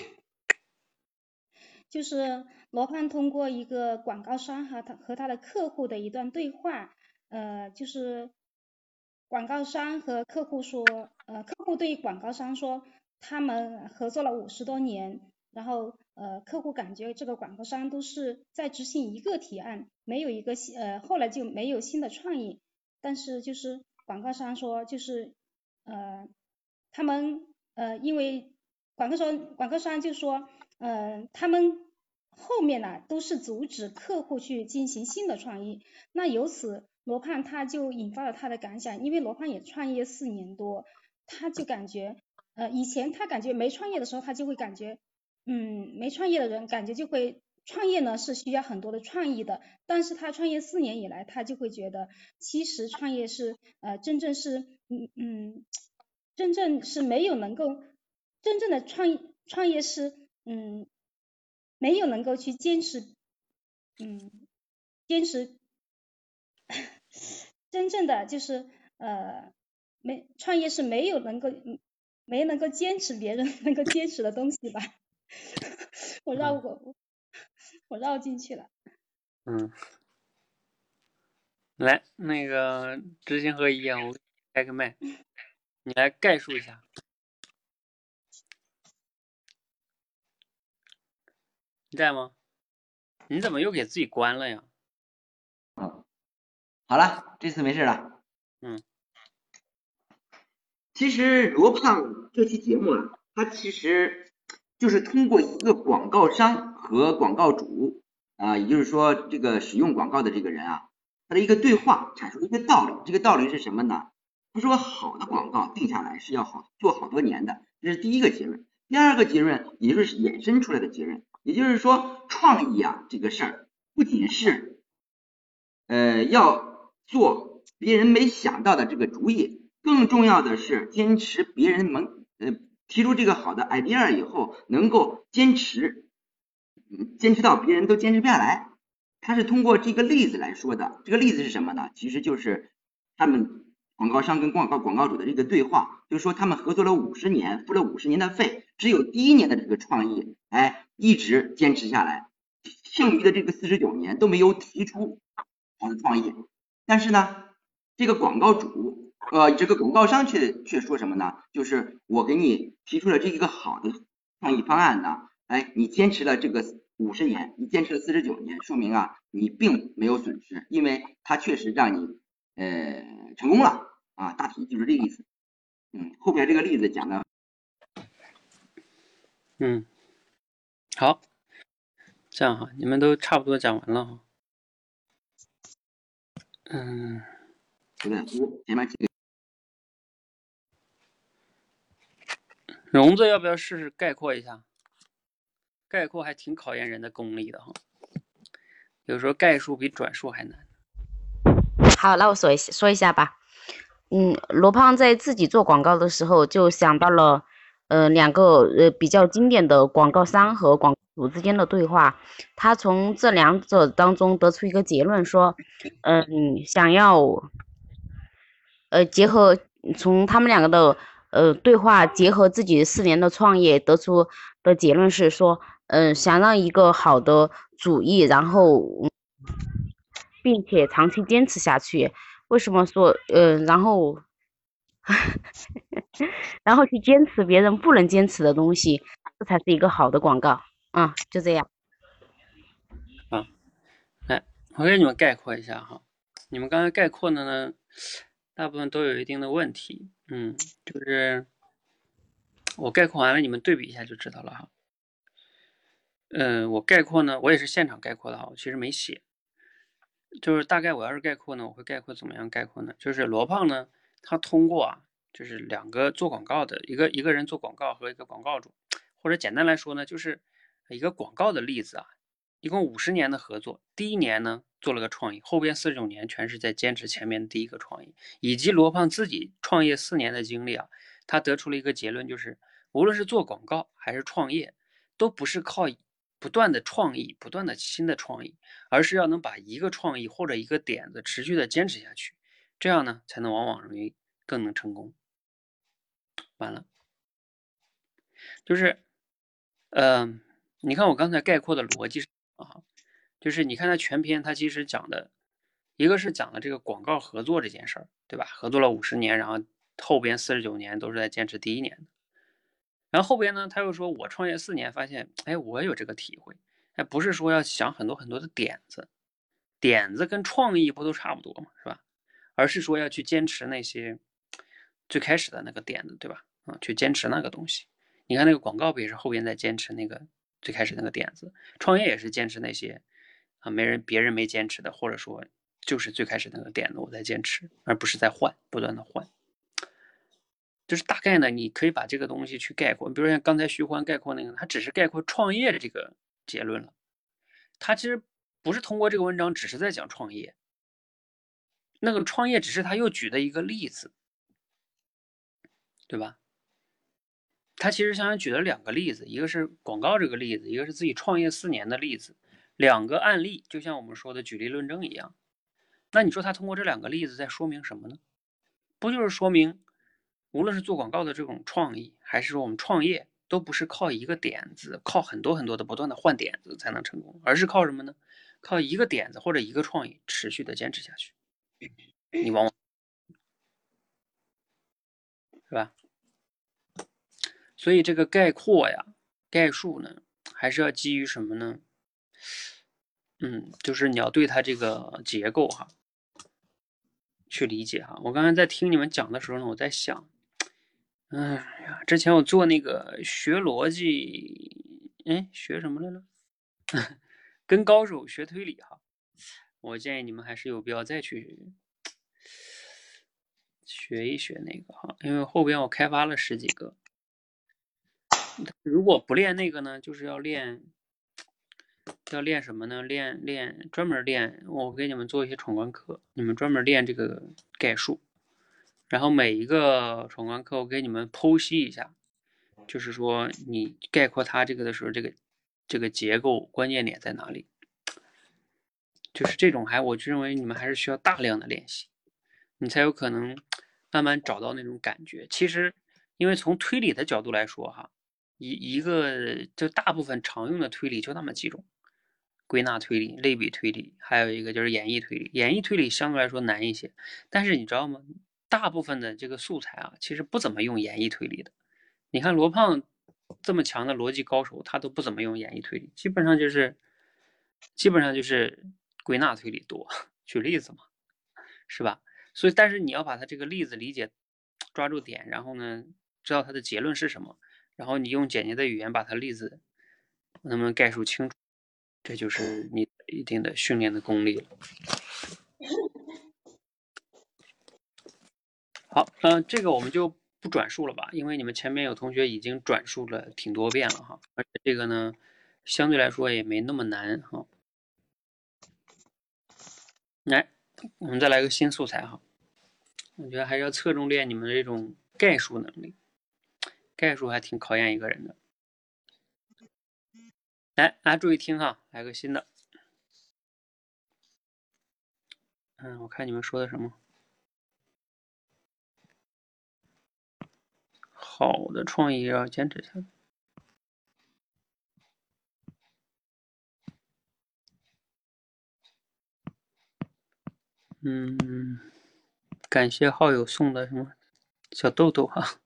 就是罗胖通过一个广告商和他的客户的一段对话，就是广告商和客户说，客户对广告商说，他们合作了50多年，然后客户感觉这个广告商都是在执行一个提案，没有一个后来就没有新的创意。但是就是广告商说，就是他们因为广告商就说他们后面呢都是阻止客户去进行新的创意。那由此罗胖他就引发了他的感想，因为罗胖也创业4年多， 他就感觉以前他感觉没创业的时候，他就会感觉没创业的人感觉就会创业呢是需要很多的创意的，但是他创业4年以来，他就会觉得其实创业是真正是真正是没有能够真正的创业是没有能够去坚持坚持真正的就是创业是没能够坚持别人能够坚持的东西吧。我绕进去了。 来，那个知行合一啊，我开个麦，你来概述一下。你在吗？你怎么又给自己关了呀？ 好了，这次没事了。其实罗胖这期节目啊，他其实就是通过一个广告商和广告主啊，也就是说这个使用广告的这个人啊，他的一个对话，阐述一个道理。这个道理是什么呢？他说好的广告定下来是要做好多年的，这是第一个结论。第二个结论，也就是衍生出来的结论，也就是说创意啊这个事儿，不仅是要做别人没想到的这个主意，更重要的是坚持别人提出这个好的 idea 以后，能够坚持到别人都坚持不下来。他是通过这个例子来说的。这个例子是什么呢？其实就是他们广告商跟广告主的这个对话，就是说他们合作了50年，付了50年的费，只有第1年的这个创意，一直坚持下来，剩余的这个49年都没有提出好的创意。但是呢，这个广告主这个广告商却说什么呢？就是我给你提出了这一个好的创意方案呢，你坚持了这个50年，你坚持了49年，说明啊你并没有损失，因为它确实让你成功了啊，大体就是这个意思。后边这个例子讲的好，这样哈，你们都差不多讲完了哈。 有点多，前面几个荣子要不要试试概括一下？概括还挺考验人的功力的哈，有时候概述比转述还难。 好，那我说一下吧。罗胖在自己做广告的时候，就想到了2个比较经典的广告商和广告主之间的对话。他从这2者当中得出一个结论，说，想要结合从他们2个的对话，结合自己4年的创业，得出的结论是说，想让一个好的主意，然后并且长期坚持下去。为什么说然后然后去坚持别人不能坚持的东西，这才是一个好的广告。就这样。 来，我给你们概括一下哈。你们刚才概括的呢，大部分都有一定的问题。就是我概括完了，你们对比一下就知道了哈。我概括呢，我也是现场概括的哈，我其实没写。就是大概我要是概括呢，我会概括怎么样概括呢？就是罗胖呢，他通过就是2个做广告的，一个人做广告和一个广告主，或者简单来说呢，就是一个广告的例子啊，一共50年的合作，第1年呢做了个创意，后边49年全是在坚持前面的第1个创意，以及罗胖自己创业4年的经历啊，他得出了一个结论，就是无论是做广告还是创业，都不是靠不断的创意，不断的新的创意，而是要能把一个创意或者一个点子持续的坚持下去，这样呢才能往往容易更能成功。完了，就是你看我刚才概括的逻辑是就是你看它全篇，它其实讲的一个是讲了这个广告合作这件事儿，对吧？合作了50年，然后后边49年都是在坚持第1年的。然后后边呢，他又说我创业4年，发现我有这个体会，不是说要想很多很多的点子跟创意不都差不多嘛，是吧？而是说要去坚持那些最开始的那个点子，对吧？去坚持那个东西。你看那个广告不也是后边在坚持那个最开始那个点子，创业也是坚持那些别人没坚持的，或者说就是最开始那个点子我在坚持，而不是在换，不断的换。 就是大概呢，你可以把这个东西去概括，比如像刚才徐欢概括那个，他只是概括创业的这个结论了，他其实不是通过这个文章只是在讲创业，那个创业只是他又举的一个例子，对吧？他其实相当于举了2个例子，一个是广告这个例子，一个是自己创业4年的例子，2个案例，就像我们说的举例论证一样。那你说他通过这2个例子在说明什么呢？不就是说明，无论是做广告的这种创意，还是说我们创业，都不是靠一个点子，靠很多很多的不断的换点子才能成功，而是靠什么呢？靠一个点子或者一个创意持续的坚持下去，你往往是吧？所以这个概括呀、概述呢，还是要基于什么呢？就是你要对它这个结构哈去理解哈。我刚才在听你们讲的时候呢，我在想，之前我做那个学逻辑，学什么来了？跟高手学推理哈。我建议你们还是有必要再去学一学那个哈，因为后边我开发了10几个。如果不练那个呢，就是要练什么呢？专门练。我给你们做一些闯关课，你们专门练这个概述。然后每一个闯关课，我给你们剖析一下，就是说你概括它这个的时候，这个结构关键点在哪里？就是这种我就认为你们还是需要大量的练习，你才有可能慢慢找到那种感觉。其实，因为从推理的角度来说哈，就大部分常用的推理就那么几种：归纳推理、类比推理，还有一个就是演绎推理。演绎推理相对来说难一些，但是你知道吗？大部分的这个素材啊，其实不怎么用演绎推理的。你看罗胖这么强的逻辑高手，他都不怎么用演绎推理，基本上就是归纳推理多。举例子嘛，是吧？所以，但是你要把他这个例子理解，抓住点，然后呢，知道他的结论是什么，然后你用简洁的语言把他例子能不能概述清楚，这就是你一定的训练的功力了。好，这个我们就不转述了吧，因为你们前面有同学已经转述了挺多遍了哈，而且这个呢，相对来说也没那么难哈。来，我们再来个新素材哈，我觉得还是要侧重练你们的这种概述能力，概述还挺考验一个人的。来，大家注意听哈，来个新的。我看你们说的什么？好的创意要坚持下去。感谢好友送的什么小豆豆哈。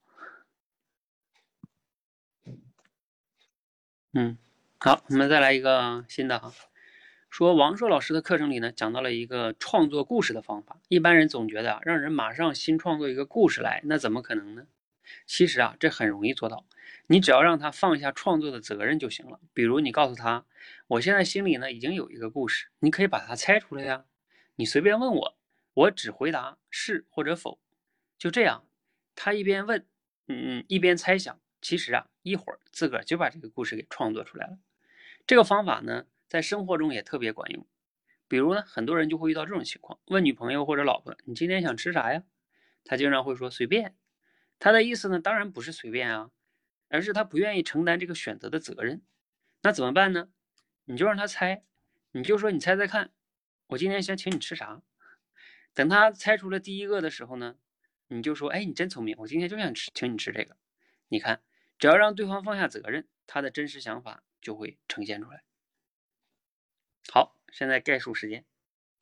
好，我们再来一个新的哈。说王硕老师的课程里呢，讲到了一个创作故事的方法。一般人总觉得让人马上新创作一个故事来，那怎么可能呢？其实这很容易做到，你只要让他放下创作的责任就行了。比如你告诉他，我现在心里呢已经有一个故事，你可以把它猜出来呀。你随便问我，我只回答是或者否。就这样，他一边问，一边猜想，其实一会儿自个儿就把这个故事给创作出来了。这个方法呢，在生活中也特别管用。比如呢，很多人就会遇到这种情况，问女朋友或者老婆，你今天想吃啥呀？他经常会说随便。他的意思呢，当然不是随便啊，而是他不愿意承担这个选择的责任。那怎么办呢？你就让他猜，你就说你猜猜看，我今天想请你吃啥。等他猜出了第一个的时候呢，你就说，哎，你真聪明，我今天就想请你吃这个。你看，只要让对方放下责任，他的真实想法就会呈现出来。好，现在概述时间。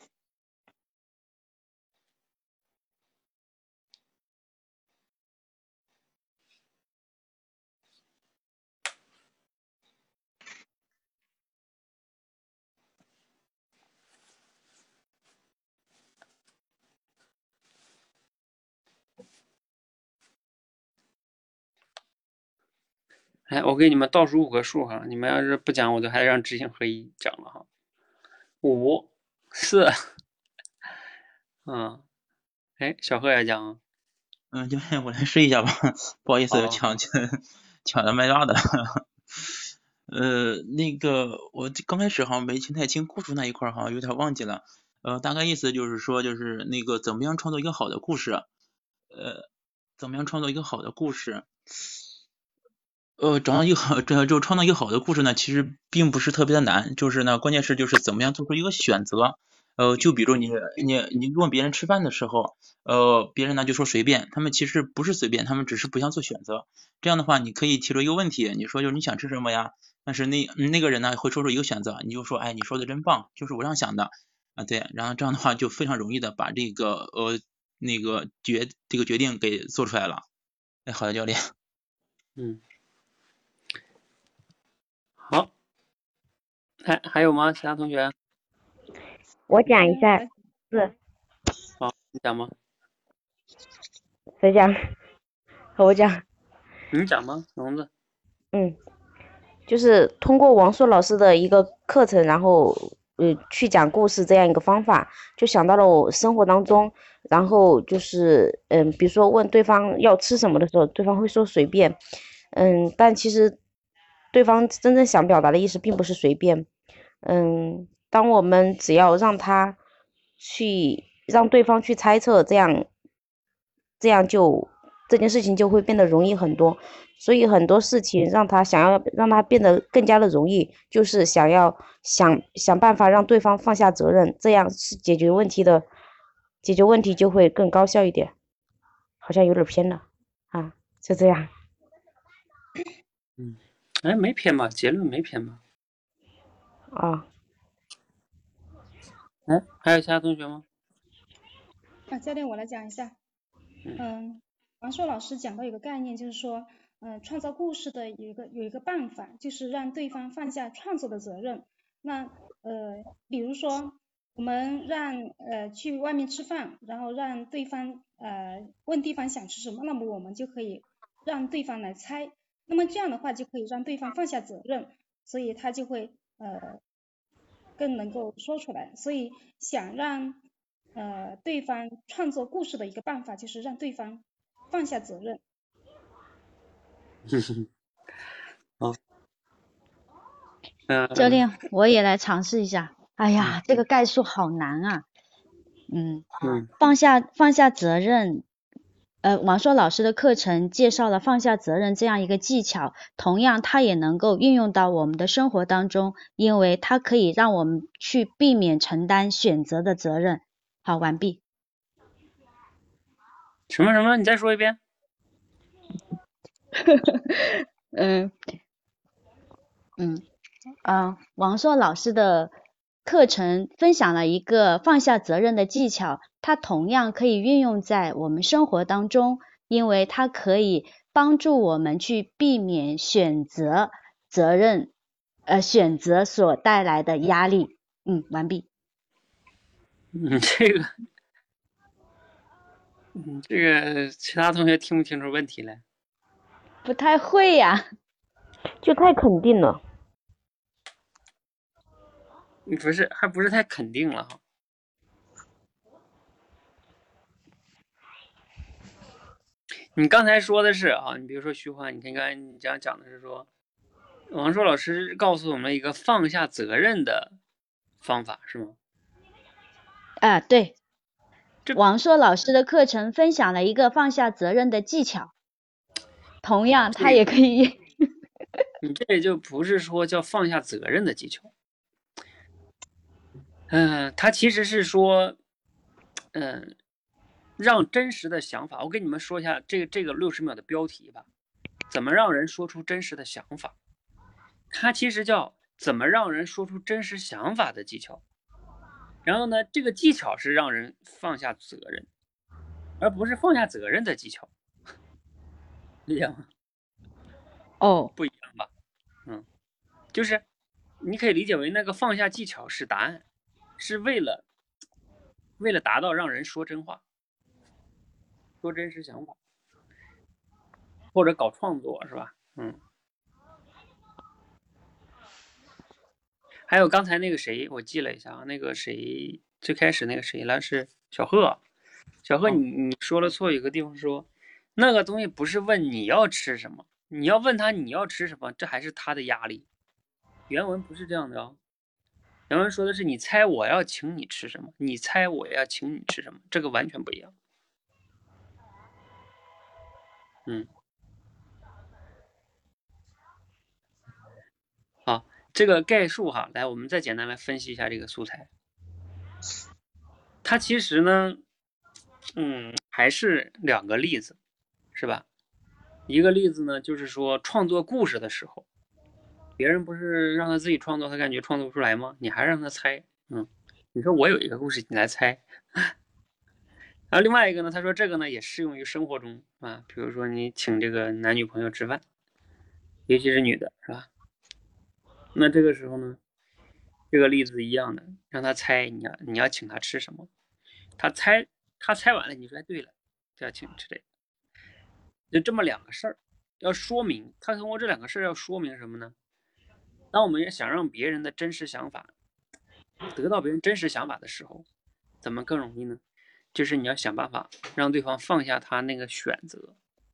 我给你们倒数5个数哈，你们要是不讲，我就还让知行合一讲了哈。5、4，小贺也讲啊。 教练，我来试一下吧，不好意思， 好， 抢了麦霸的。那个我刚开始好像没听太清故事那一块儿，好像有点忘记了。大概意思就是说，就是那个怎么样创作一个好的故事，怎么样创作一个好的故事。找到一个好，就创造一个好的故事呢，其实并不是特别的难，就是呢，关键是就是怎么样做出一个选择。就比如你问别人吃饭的时候，别人呢就说随便，他们其实不是随便，他们只是不想做选择。这样的话，你可以提出一个问题，你说就是你想吃什么呀？但是那个人呢会说出一个选择，你就说，哎，你说的真棒，就是我这样想的啊，对，然后这样的话就非常容易的把这个那个决定给做出来了。哎，好的，教练。 嗯，好，还有吗？其他同学？ 我讲一下，是好，你讲吗？ 谁讲？我讲。 你讲吗，聋子？ 就是通过王硕老师的一个课程，然后去讲故事这样一个方法，就想到了我生活当中，然后就是比如说问对方要吃什么的时候，对方会说随便，但其实对方真正想表达的意思并不是随便，当我们只要让对方去猜测，这样这件事情就会变得容易很多。所以很多事情想要让他变得更加的容易，就是想办法让对方放下责任，这样是解决问题就会更高效一点。好像有点偏了啊，就这样。 哎，没偏吧？结论没偏吧？ 啊， 哎，还有其他同学吗？ 教练，我来讲一下。王硕老师讲到一个概念，就是说，创造故事的有一个办法，就是让对方放下创作的责任。那比如说我们让去外面吃饭，然后让对方问对方想吃什么，那么我们就可以让对方来猜。那么这样的话就可以让对方放下责任，所以他就会更能够说出来。所以想让对方创作故事的一个办法，就是让对方放下责任。 好， 教练，我也来尝试一下。哎呀，这个概述好难啊。放下责任。王硕老师的课程介绍了放下责任这样一个技巧，同样它也能够运用到我们的生活当中，因为它可以让我们去避免承担选择的责任。好，完毕。 什么？你再说一遍。 王硕老师的课程分享了一个放下责任的技巧，它同样可以运用在我们生活当中，因为它可以帮助我们去避免选择所带来的压力。完毕。 这个其他同学听不清楚问题了？ 不太会呀， 就太肯定了。 还不是太肯定了哈。你刚才说的是啊，你比如说徐欢，你看刚才你这样讲的是说，王硕老师告诉我们一个放下责任的方法，是吗？ 对。王硕老师的课程分享了一个放下责任的技巧，同样他也可以。 你这就不是说叫放下责任的技巧。他其实是说，让真实的想法，我给你们说一下这个60秒的标题吧，怎么让人说出真实的想法？它其实叫怎么让人说出真实想法的技巧。然后呢，这个技巧是让人放下责任，而不是放下责任的技巧，理解吗？不一样吧？就是你可以理解为那个放下技巧是答案，是为了达到让人说真话、说真实想法，或者搞创作，是吧？还有刚才那个谁，我记了一下啊，那个最开始那个谁了是小贺。小贺，你说了错，有个地方说那个东西不是问你要吃什么，你要问他你要吃什么，这还是他的压力。原文不是这样的哦，原文说的是你猜我要请你吃什么，你猜我要请你吃什么，这个完全不一样。好，这个概述哈，来我们再简单来分析一下这个素材。它其实呢，还是2个例子，是吧？一个例子呢，就是说创作故事的时候，别人不是让他自己创作，他感觉创作不出来吗？你还让他猜，你说我有一个故事，你来猜。然后另外一个呢，他说这个呢也适用于生活中啊，比如说你请这个男女朋友吃饭，尤其是女的，是吧？那这个时候呢，这个例子一样的，让他猜你要请他吃什么，他猜完了，你说对了，就要请吃这个，就这么2个事儿，要说明他通过这2个事儿要说明什么呢？当我们想让别人的真实想法得到别人真实想法的时候，怎么更容易呢？就是你要想办法让对方放下他那个选择，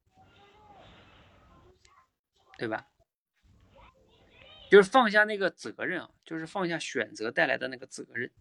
对吧？就是放下那个责任啊，就是放下选择带来的那个责任。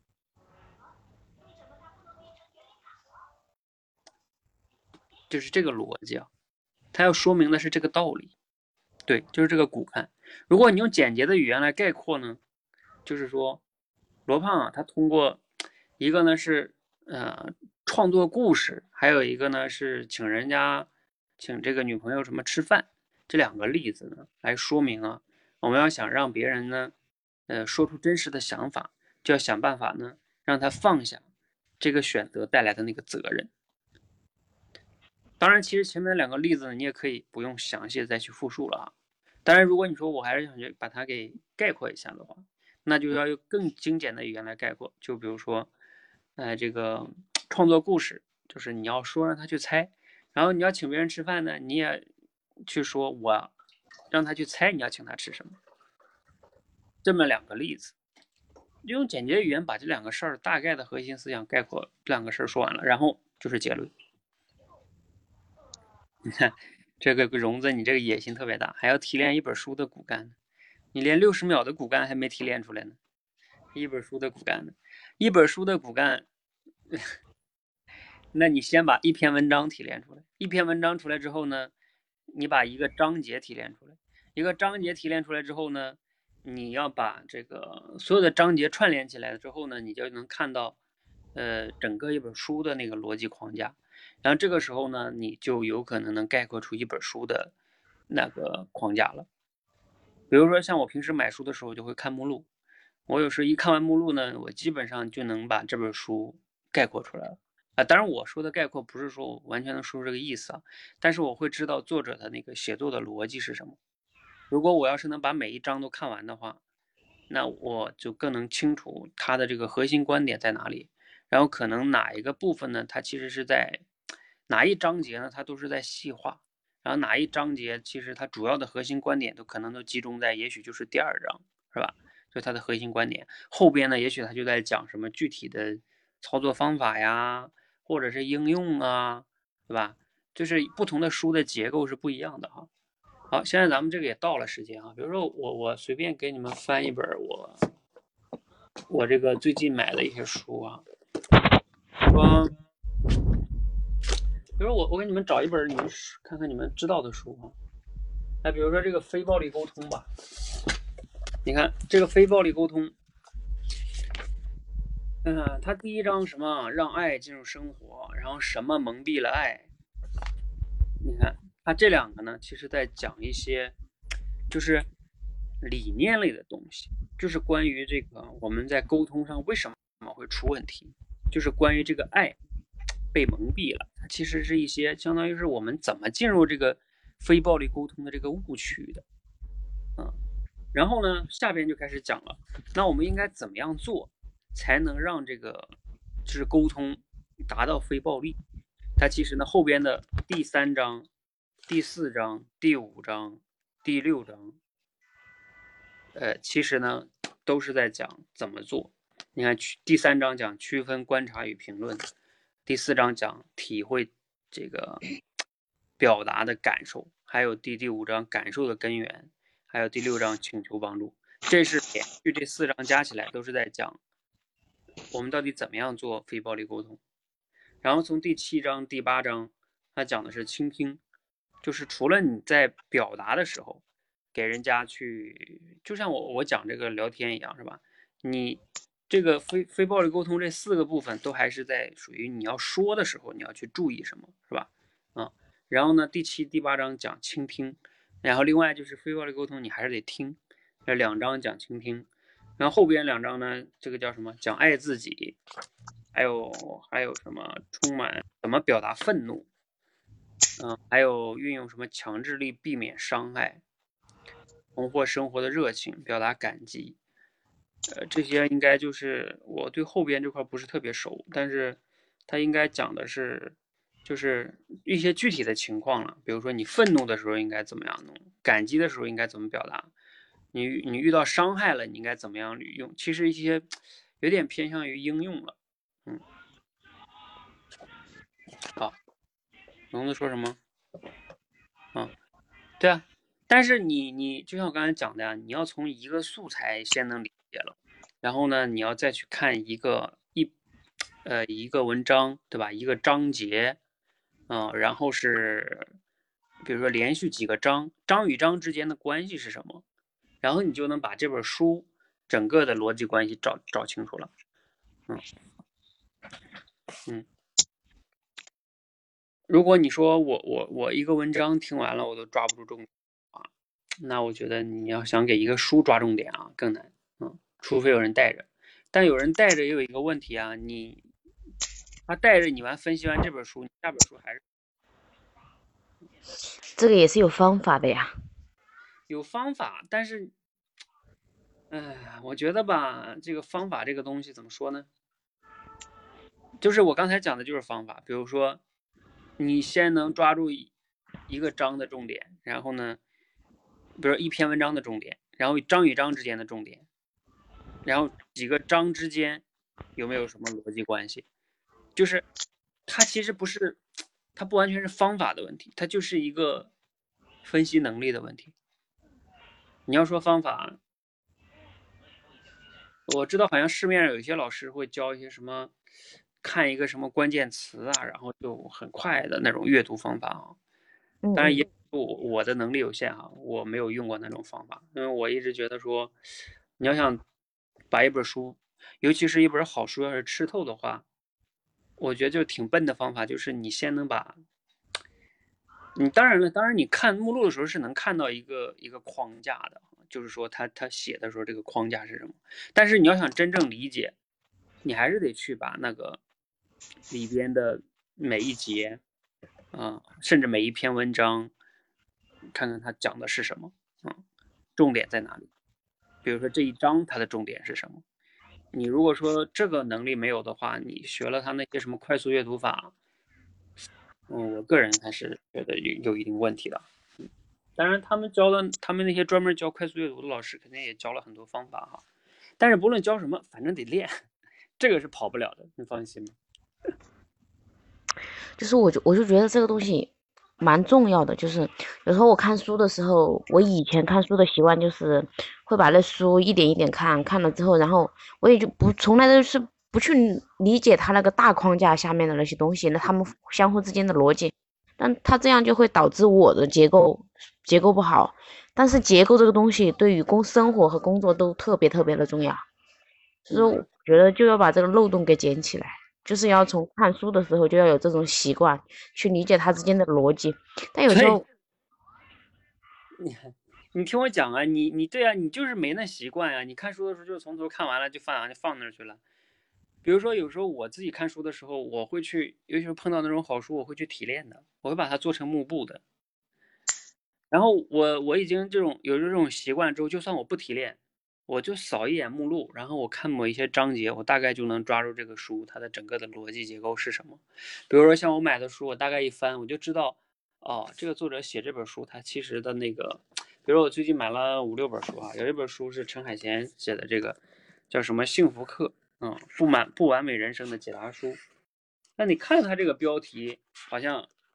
就是这个逻辑啊，它要说明的是这个道理。对，就是这个骨干。如果你用简洁的语言来概括呢，就是说罗胖啊，他通过一个呢是创作故事，还有一个呢是请这个女朋友什么吃饭，这2个例子呢来说明啊，我们要想让别人呢说出真实的想法，就要想办法呢让他放下这个选择带来的那个责任。当然，其实前面2个例子呢，你也可以不用详细的再去复述了啊。当然，如果你说我还是想去把它给概括一下的话，那就要用更精简的语言来概括。就比如说，这个创作故事，就是你要说让他去猜，然后你要请别人吃饭呢，你也去说我让他去猜你要请他吃什么。这么2个例子，用简洁语言把这2个事儿大概的核心思想概括，这2个事儿说完了，然后就是结论。你看这个荣子，你这个野心特别大，还要提炼一本书的骨干，你连60秒的骨干还没提炼出来呢。一本书的骨干呢？一本书的骨干，那你先把1篇文章提炼出来，1篇文章出来之后呢，你把一个章节提炼出来，一个章节提炼出来之后呢，你要把这个所有的章节串联起来了之后呢，你就能看到整个一本书的那个逻辑框架。然后这个时候呢，你就有可能能概括出一本书的那个框架了。比如说像我平时买书的时候就会看目录，我有时一看完目录呢，我基本上就能把这本书概括出来了啊。当然我说的概括不是说我完全能说出这个意思啊，但是我会知道作者的那个写作的逻辑是什么。如果我要是能把每一章都看完的话，那我就更能清楚它的这个核心观点在哪里，然后可能哪一个部分呢，它其实是在哪一章节呢，它都是在细化，然后哪一章节其实它主要的核心观点都可能都集中在也许就是第2章，是吧？就它的核心观点，后边呢也许它就在讲什么具体的操作方法呀，或者是应用啊，对吧？就是不同的书的结构是不一样的哈。好，现在咱们这个也到了时间啊，比如说我随便给你们翻一本我这个最近买的一些书啊，说，比如我给你们找一本你们看看你们知道的书啊，比如说这个非暴力沟通吧，你看这个非暴力沟通，它第1章什么让爱进入生活，然后什么蒙蔽了爱，你看它这2个呢，其实在讲一些就是理念类的东西，就是关于这个我们在沟通上为什么会出问题，就是关于这个爱被蒙蔽了，它其实是一些相当于是我们怎么进入这个非暴力沟通的这个误区的，然后呢，下边就开始讲了，那我们应该怎么样做才能让这个就是沟通达到非暴力？它其实呢后边的第3章、第4章、第5章、第6章，其实呢都是在讲怎么做。你看第3章讲区分观察与评论，第4章讲体会这个表达的感受，还有第五章感受的根源，还有第6章请求帮助。这是连续这4章加起来都是在讲我们到底怎么样做非暴力沟通。然后从第7章、第8章，它讲的是倾听，就是除了你在表达的时候，给人家去，就像我讲这个聊天一样，是吧？你这个非暴力沟通这4个部分都还是在属于你要说的时候，你要去注意什么，是吧？然后呢，第7、第8章讲倾听，然后另外就是非暴力沟通，你还是得听。这2章讲倾听，然后后边2章呢，这个叫什么？讲爱自己，还有什么充满怎么表达愤怒，还有运用什么强制力避免伤害，重获生活的热情，表达感激。这些应该就是我对后边这块不是特别熟，但是它应该讲的是就是一些具体的情况了，比如说你愤怒的时候应该怎么样弄，感激的时候应该怎么表达，你遇到伤害了你应该怎么样用，其实一些有点偏向于应用了。好，龙子说什么？对啊，但是你就像我刚才讲的呀，你要从一个素材先能理解了，然后呢，你要再去看一个文章，对吧？一个章节，然后是比如说连续几个章，章与章之间的关系是什么，然后你就能把这本书整个的逻辑关系找清楚了。如果你说我一个文章听完了我都抓不住重点啊，那我觉得你要想给一个书抓重点啊更难，除非有人带着。但有人带着也有一个问题啊，他带着你分析完这本书，你下本书还是这个也是有方法的呀。 有方法，但是，我觉得吧，这个方法这个东西怎么说呢？就是我刚才讲的就是方法，比如说，你先能抓住一个章的重点，然后呢，比如一篇文章的重点，然后章与章之间的重点，然后几个章之间有没有什么逻辑关系？就是它其实不是，它不完全是方法的问题，它就是一个分析能力的问题。你要说方法，我知道好像市面上有一些老师会教一些什么，看一个什么关键词啊，然后就很快的那种阅读方法啊。当然也我的能力有限哈，我没有用过那种方法，因为我一直觉得说，你要想把一本书，尤其是一本好书要是吃透的话，我觉得就挺笨的方法，就是你先能把，你当然你看目录的时候是能看到一个框架的，就是说他写的时候这个框架是什么，但是你要想真正理解，你还是得去把那个里边的每一节甚至每一篇文章看看它讲的是什么，重点在哪里，比如说这一章它的重点是什么。你如果说这个能力没有的话，你学了他那些什么快速阅读法，我个人还是觉得有一定问题的。当然他们那些专门教快速阅读的老师肯定也教了很多方法哈，但是不论教什么，反正得练，这个是跑不了的，你放心吧。 就是我就觉得这个东西蛮重要的，就是有时候我看书的时候，我以前看书的习惯就是会把那书一点一点看，看了之后，然后我也就从来都是不去理解它那个大框架下面的那些东西，那他们相互之间的逻辑，但它这样就会导致我的结构不好。但是结构这个东西对于生活和工作都特别特别的重要，所以我觉得就要把这个漏洞给捡起来。就是要从看书的时候就要有这种习惯，去理解它之间的逻辑。但有时候， 你听我讲啊，你对啊，你就是没那习惯啊。你看书的时候就从头看完了就放那儿去了。比如说有时候我自己看书的时候，我会去，尤其是碰到那种好书，我会去提炼的，我会把它做成幕布的。然后我已经有这种习惯之后，就算我不提炼，我就扫一眼目录，然后我看某一些章节，我大概就能抓住这个书它的整个的逻辑结构是什么。比如说像我买的书，我大概一翻，我就知道，这个作者写这本书，他其实的那个，比如我最近买了5、6本书啊，有一本书是陈海贤写的，这个叫什么幸福课，不完美人生的解答书。那你看他这个标题，好像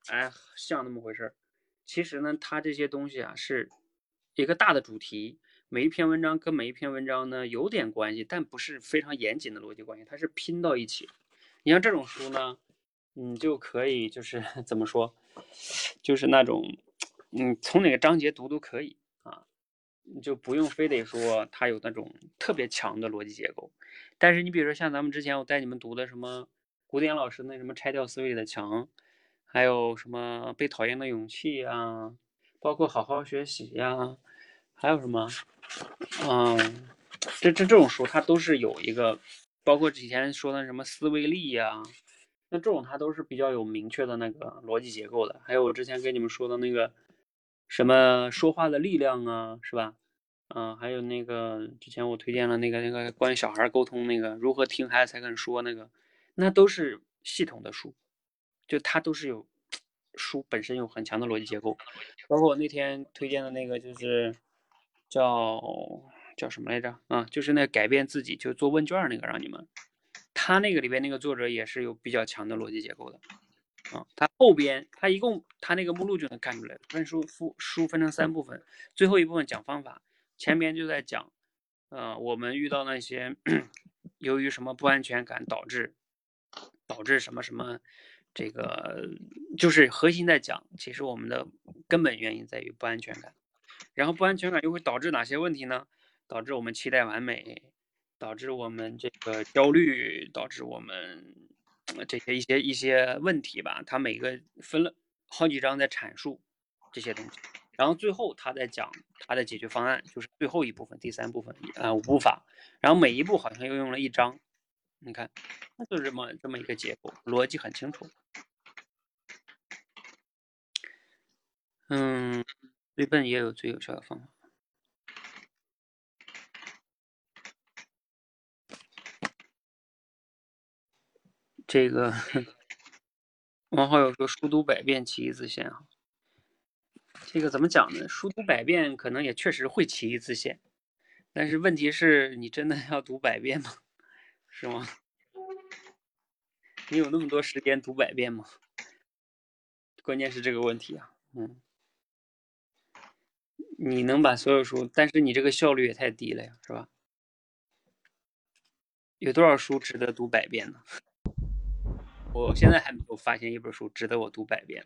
哎，像那么回事儿。其实呢，它这些东西啊是一个大的主题，每一篇文章跟每一篇文章呢有点关系，但不是非常严谨的逻辑关系，它是拼到一起。你像这种书呢，你就可以就是怎么说，就是那种，从哪个章节读都可以啊，你就不用非得说它有那种特别强的逻辑结构。但是你比如说像咱们之前我带你们读的什么古典老师那什么拆掉思维里的墙，还有什么被讨厌的勇气呀，包括好好学习呀，还有什么，嗯，这种书它都是有一个，包括之前说的什么思维力呀，那这种它都是比较有明确的那个逻辑结构的。还有我之前跟你们说的那个什么说话的力量啊，是吧？还有那个之前我推荐了那个关于小孩沟通那个如何听孩子才肯说那个，那都是系统的书，就它都是有书本身有很强的逻辑结构。包括我那天推荐的那个就是叫叫什么来着啊？就是那个改变自己就做问卷那个让你们，他那个里边那个作者也是有比较强的逻辑结构的。他后边他一共他那个目录就能看出来，书分成3部分，最后一部分讲方法，前边就在讲，我们遇到那些由于什么不安全感导致什么什么，这个就是核心在讲，其实我们的根本原因在于不安全感，然后不安全感又会导致哪些问题呢？导致我们期待完美，导致我们这个焦虑，导致我们这些一些问题吧。他每个分了好几章在阐述这些东西，然后最后他在讲他的解决方案，就是最后一部分第3部分5步法，然后每一步好像又用了1章，你看，那就是这么一个结构，逻辑很清楚。最笨也有最有效的方法。这个王浩友说书读百遍其义自现啊，这个怎么讲呢？书读百遍可能也确实会其义自现，但是问题是你真的要读100遍吗？是吗？你有那么多时间读100遍吗？关键是这个问题啊。你能把所有书，但是你这个效率也太低了呀，是吧？有多少书值得读100遍呢？我现在还没有发现一本书值得我读100遍。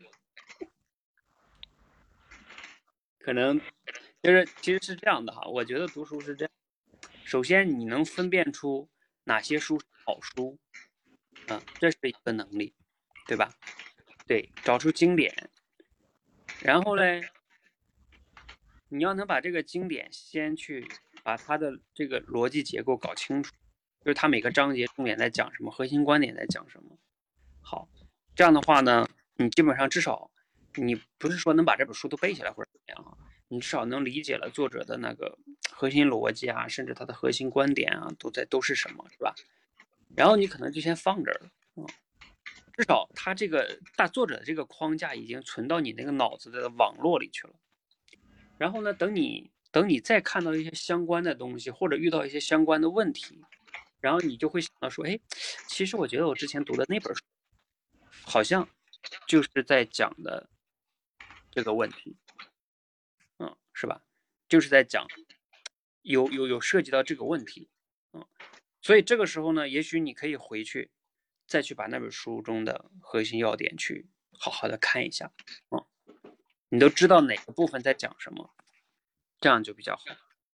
可能就是其实是这样的哈，我觉得读书是这样，首先你能分辨出哪些书是好书，这是一个能力，对吧？对，找出经典，然后呢，你要能把这个经典先去把它的这个逻辑结构搞清楚，就是它每个章节重点在讲什么，核心观点在讲什么。好，这样的话呢，你基本上至少你不是说能把这本书都背下来或者怎么样啊，你至少能理解了作者的那个核心逻辑啊，甚至他的核心观点啊，都是什么，是吧？然后你可能就先放这儿了，至少他这个大作者的这个框架已经存到你那个脑子的网络里去了。然后呢，等你再看到一些相关的东西，或者遇到一些相关的问题，然后你就会想到说，哎，其实我觉得我之前读的那本书，好像就是在讲的这个问题，是吧？就是在讲有涉及到这个问题，所以这个时候呢，也许你可以回去再去把那本书中的核心要点去好好的看一下，你都知道哪个部分在讲什么，这样就比较好。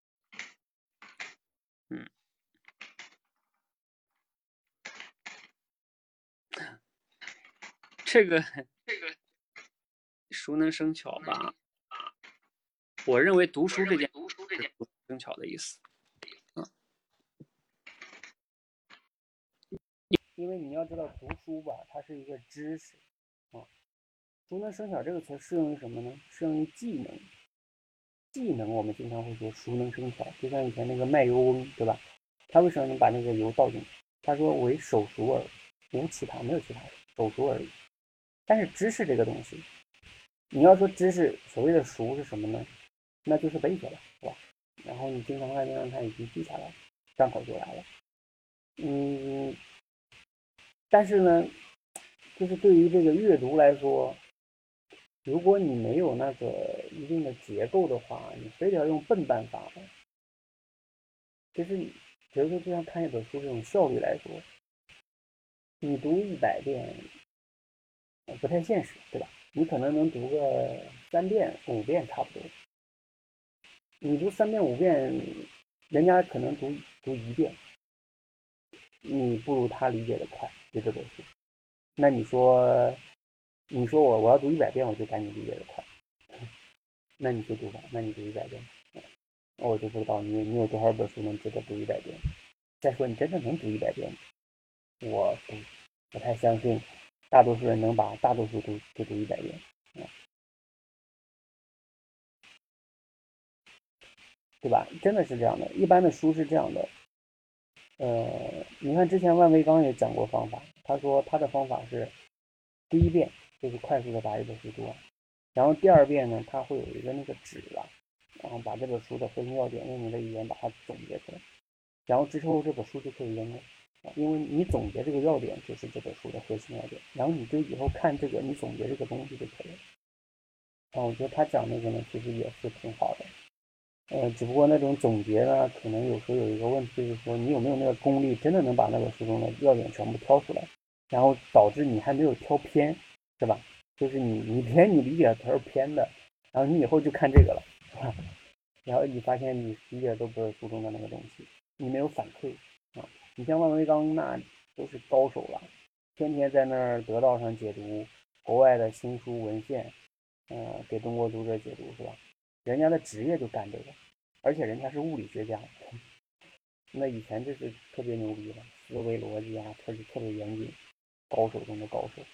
这个熟能生巧吧？我认为读书这件是熟能生巧的意思，因为你要知道读书吧，它是一个知识，熟能生巧这个词适用于什么呢？适用于技能。技能我们经常会说熟能生巧，就像以前那个卖油翁，对吧？他为什么能把那个油倒进去？他说为手熟耳，无其他，没有其他的，手熟而已。但是知识这个东西，你要说知识所谓的熟是什么呢？那就是背下来，是吧？然后你经常看让它已经记下来，张口就来了。但是呢，就是对于这个阅读来说， 如果你没有那个一定的结构的话，你非得要用笨办法，就是比如说就像看一本书这种效率来说，你读100遍不太现实，对吧？你可能能读个3遍5遍差不多。你读3遍5遍，人家可能读1遍，你不如他理解的快，就这本书。那你说我要读100遍，我就赶紧理解的快，那你去读吧，那你读100遍，我就不知道你有多少本书能值得读100遍。再说你真的能读100遍，我不太相信大多数人能把大多数都读100遍，对吧？真的是这样的，一般的书是这样的。你看之前万维刚也讲过方法，他说他的方法是第一遍就是快速的把一本书读完，然后第2遍呢，他会有一个那个纸了，然后把这本书的核心要点用你的语言把它总结出来，然后之后这本书就可以扔了，因为你总结这个要点就是这本书的核心要点，然后你就以后看这个你总结这个东西就可以了。我觉得他讲那个呢其实也是挺好的。只不过那种总结呢，可能有时候有一个问题，就是说你有没有那个功力，真的能把那本书中的要点全部挑出来，然后导致你还没有挑偏，是吧？就是你偏你理解它是偏的，然后你以后就看这个了，是吧？然后你发现你理解都不是书中的那个东西，你没有反馈啊。你像万维刚那都是高手了，天天在那儿得道上解读国外的新书文献，给中国读者解读，是吧？人家的职业就干这个，而且人家是物理学家，那以前就是特别牛逼的，思维逻辑啊，特别严谨，高手中的高手。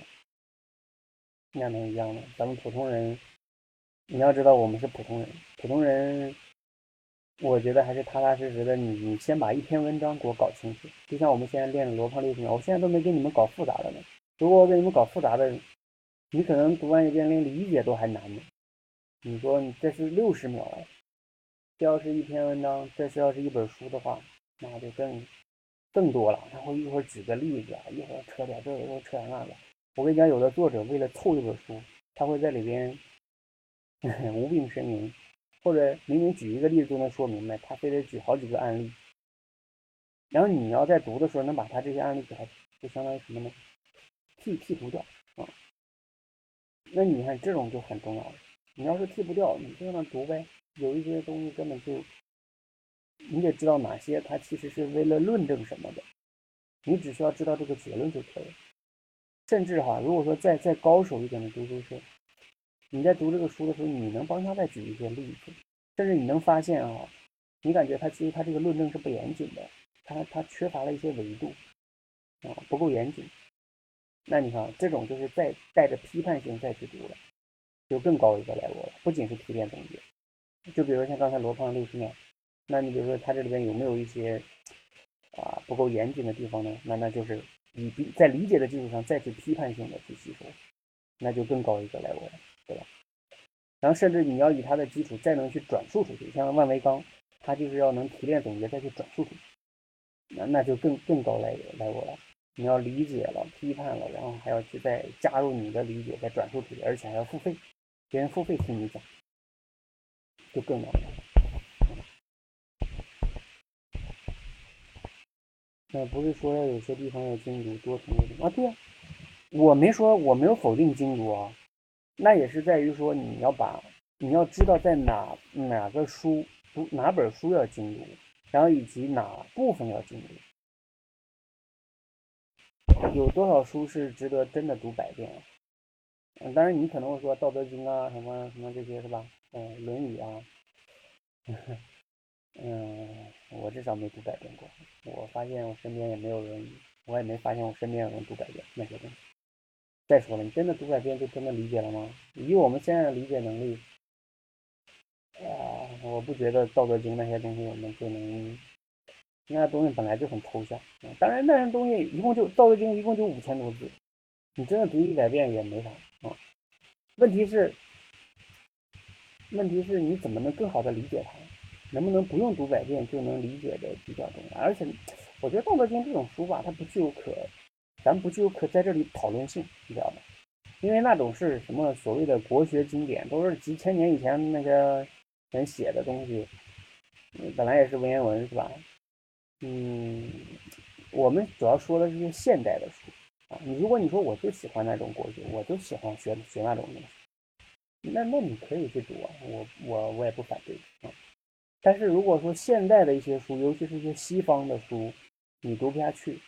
那能一样吗？咱们普通人，你要知道我们是普通人，我觉得还是踏踏实实的，你先把一篇文章给我搞清楚。就像我们现在练罗胖60秒，我现在都没给你们搞复杂的呢。如果我给你们搞复杂的，你可能读完一遍连理解都还难呢。你说你这是60秒啊，这要是一篇文章，这是要是一本书的话，那就更多了。然后一会儿举个例子啊，一会儿扯点这个，一会儿扯点那个。我跟你讲，有的作者为了凑一本书，他会在里边无病呻吟，或者明明举一个例子就能说明白，他非得举好几个案例。然后你要在读的时候能把他这些案例给他，就相当于什么呢？剔除掉啊。那你看这种就很重要了。你要是剔不掉，你就让他读呗。有一些东西根本就，你得知道哪些它其实是为了论证什么的，你只需要知道这个结论就可以了。甚至如果说再高手一点的读书是，你在读这个书的时候，你能帮他再举一些例子，甚至你能发现你感觉其实他这个论证是不严谨的，他缺乏了一些维度不够严谨。那你看这种就是再带着批判性再去读了，就更高一个level了，不仅是提炼总结。就比如像刚才罗胖60秒，那你比如说他这里边有没有一些不够严谨的地方呢？那就是你在理解的基础上再去批判性的去吸收，那就更高一个level了，对吧？然后甚至你要以他的基础再能去转述出去，像万维刚他就是要能提炼总结再去转述出去，那就更高level了。你要理解了批判了，然后还要去再加入你的理解再转述出去，而且还要付费，别人付费听你讲，就更难了。那不是说有些地方要精读多听对啊，我没有否定精读啊，那也是在于说你要知道在哪个书哪本书要精读，然后以及哪部分要精读，有多少书是值得真的读100遍啊？当然你可能会说《道德经》啊什么这些是吧？论语啊，我至少没读100遍过。我发现我身边也没有人，我也没发现我身边有人读100遍那些东西。再说了，你真的读100遍就真的理解了吗？以我们现在的理解能力，我不觉得《道德经》那些东西我们就能，那东西本来就很抽象。当然那些东西《道德经》一共就5000多字，你真的读100遍也没啥啊。问题是你怎么能更好的理解它？能不能不用读100遍就能理解的比较重要？而且我觉得《道德经》这种书吧，它不具有可在这里讨论性，你知道吗？ 因为那种是什么所谓的国学经典，都是几千年以前那个人写的东西，本来也是文言文是吧？我们主要说的是些现代的书啊。如果你说我就喜欢那种国学，我就喜欢学那种东西，那你可以去读啊，我也不反对啊。但是如果说现代的一些书，尤其是一些西方的书，你读不下去，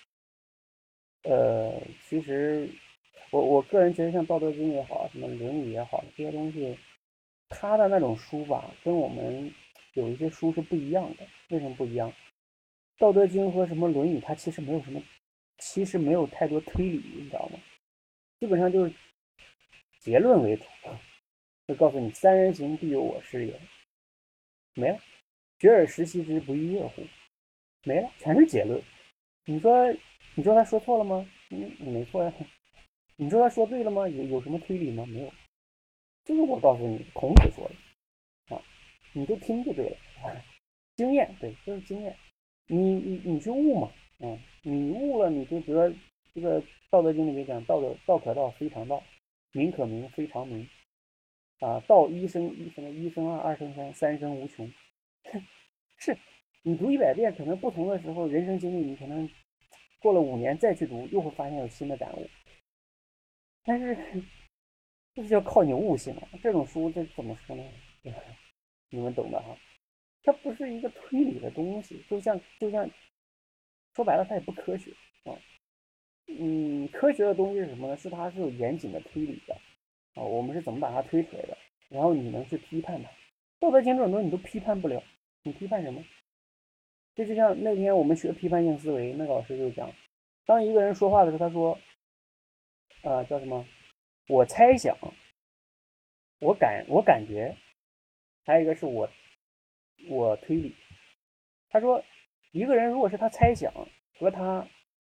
其实我个人觉得像《道德经》也好，什么《论语》也好，这些东西，它的那种书吧，跟我们有一些书是不一样的。为什么不一样？《道德经》和什么《论语》，它其实没有太多推理，你知道吗？基本上就是结论为主，就告诉你三人行必有我师焉，没了。学而时习之，不亦说乎？没了，全是结论。你说他说错了吗？没错呀。你说他说对了吗？有什么推理吗？没有，就是我告诉你，孔子说的啊，你就听就对了。经验，对，就是经验。你去悟嘛，你悟了，你就觉得这个《道德经》里面讲，道可道，非常道；名可名，非常名。啊，道一生二，二生三，三生无穷。是你读100遍，可能不同的时候，人生经历，你可能过了5年再去读，又会发现有新的感悟。但是就是要靠你悟性啊，这种书这怎么说呢？你们懂的哈。它不是一个推理的东西，就像说白了，它也不科学啊。科学的东西是什么呢？它是有严谨的推理的啊，我们是怎么把它推出来的，然后你能去批判它。道德经这种东西你都批判不了，你批判什么？这就像那天我们学批判性思维，那个老师就讲，当一个人说话的时候，他说叫什么？我猜想，我感觉，还有一个是我推理。他说，一个人如果是他猜想和他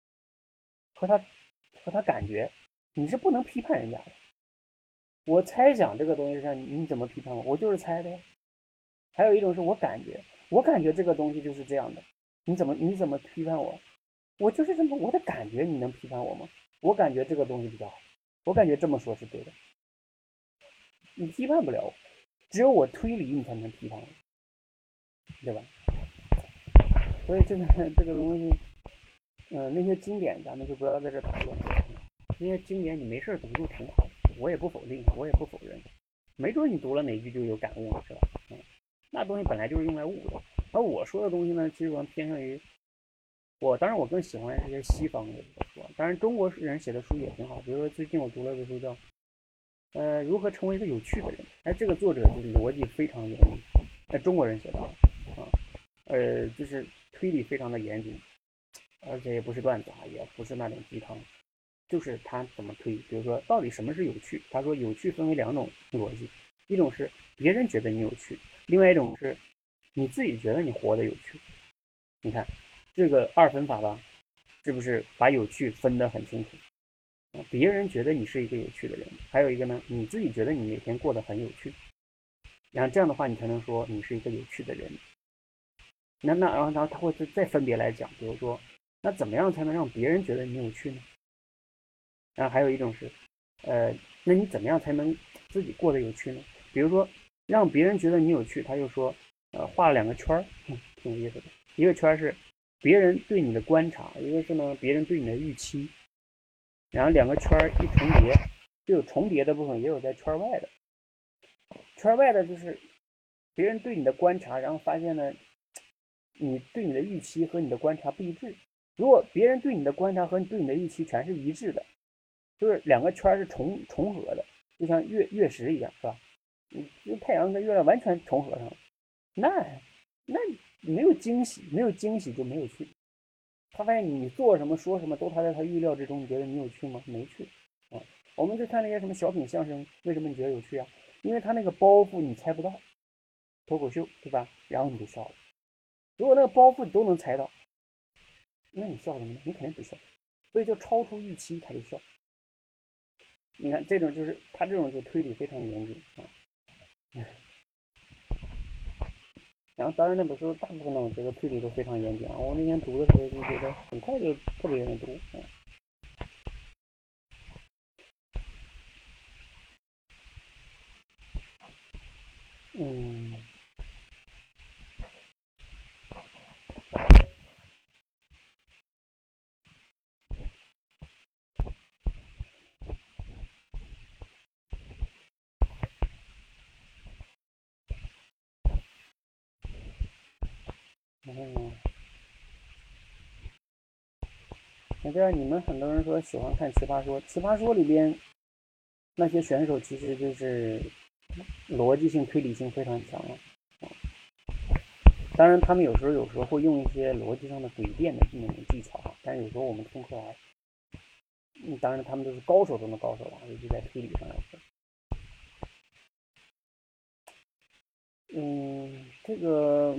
感觉，你是不能批判人家的。我猜想这个东西上，你怎么批判我？我就是猜的呀。还有一种是我感觉这个东西就是这样的，你怎么批判我？我就是这么我的感觉，你能批判我吗？我感觉这个东西比较好，我感觉这么说是对的，你批判不了我，只有我推理你才能批判我，对吧？所以这个东西，那些经典咱们就不要在这讨论。那些经典你没事读就挺好，我也不否定，我也不否认，没准你读了哪句就有感悟了，是吧？那东西本来就是用来悟的。而我说的东西呢，其实偏向于当然我更喜欢这些西方的书，当然中国人写的书也挺好，比如说最近我读了个书叫如何成为一个有趣的人，这个作者就是逻辑非常严谨，中国人写的啊，就是推理非常的严谨，而且也不是段子啊，也不是那种鸡汤，就是他怎么推，比如说到底什么是有趣，他说有趣分为2种逻辑，一种是别人觉得你有趣，另外一种是你自己觉得你活得有趣。你看这个2分法吧，是不是把有趣分得很清楚？别人觉得你是一个有趣的人，还有一个呢，你自己觉得你每天过得很有趣，然后这样的话你才能说你是一个有趣的人。然后他会再分别来讲，比如说那怎么样才能让别人觉得你有趣呢？然后还有一种是那你怎么样才能自己过得有趣呢？比如说让别人觉得你有趣，他就说画了2个圈，挺有意思的。一个圈是别人对你的观察，一个是呢别人对你的预期，然后2个圈一重叠，就有重叠的部分，也有在圈外的。圈外的就是别人对你的观察，然后发现呢你对你的预期和你的观察不一致。如果别人对你的观察和对你的预期全是一致的，就是2个圈是重合的，就像月食一样，是吧？太阳跟月亮完全重合上了，那没有惊喜，没有惊喜就没有趣。他发现你做什么说什么都在他预料之中，你觉得你有趣吗？没趣啊。我们就看那些什么小品相声，为什么你觉得有趣啊？因为他那个包袱你猜不到，脱口秀对吧？然后你就笑了。如果那个包袱你都能猜到，那你笑什么呢？你肯定不笑。所以就超出预期他就笑。你看这种就是他这种就推理非常严谨啊。然后当然那本书大部分呢，我觉得推理都非常严谨啊。我那天读的时候就觉得很快就特别愿意读。 嗯，那这样你们很多人说喜欢看《奇葩说》，《奇葩说》里边那些选手其实就是逻辑性、推理性非常强了。当然，他们有时候会用一些逻辑上的诡辩的那种技巧，但是有时候我们听出来，当然他们都是高手中的高手了，尤其在推理上来说。这个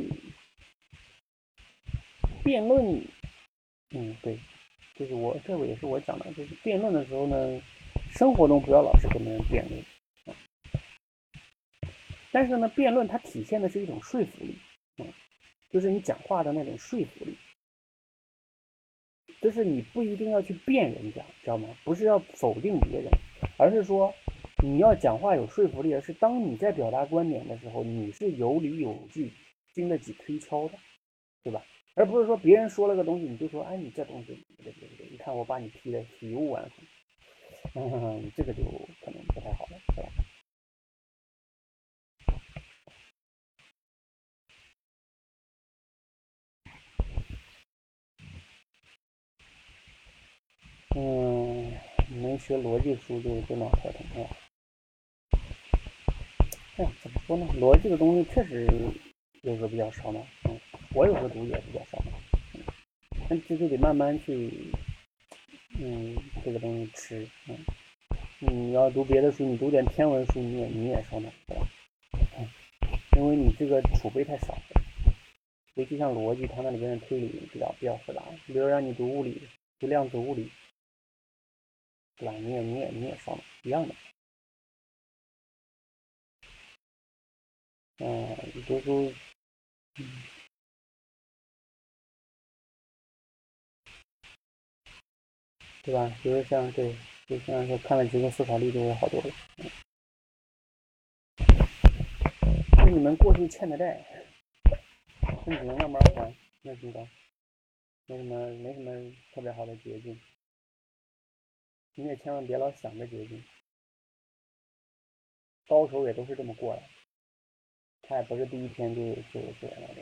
辩论，对，就是这个也是我讲的，就是辩论的时候呢，生活中不要老是跟别人辩论，但是呢，辩论它体现的是一种说服力，就是你讲话的那种说服力，就是你不一定要去辩人家，知道吗？不是要否定别人，而是说你要讲话有说服力，而是当你在表达观点的时候，你是有理有据，经得起推敲的，对吧？而不是说别人说了个东西，你就说，哎，你这东西不对，你看我把你批的体无完肤，这个就可能不太好了，是吧？没学逻辑书就脑壳疼了。哎呀，怎么说呢？逻辑的东西确实有时候比较烧脑，我有时候读也比较烧脑，但这就得慢慢去，这个东西吃，你要读别的书，你读点天文书，你也烧脑，对吧？因为你这个储备太少了，尤其像逻辑，它那里边的推理比较复杂。比如让你读物理，读量子物理，对吧？你也烧脑，一样的。你读书，对吧？比如像就像说看了几个思考力就会好多了。是你们过去欠的债，你只能慢慢还，那知道，没什么特别好的捷径。你也千万别老想着捷径，高手也都是这么过来，他也不是第一天就那种。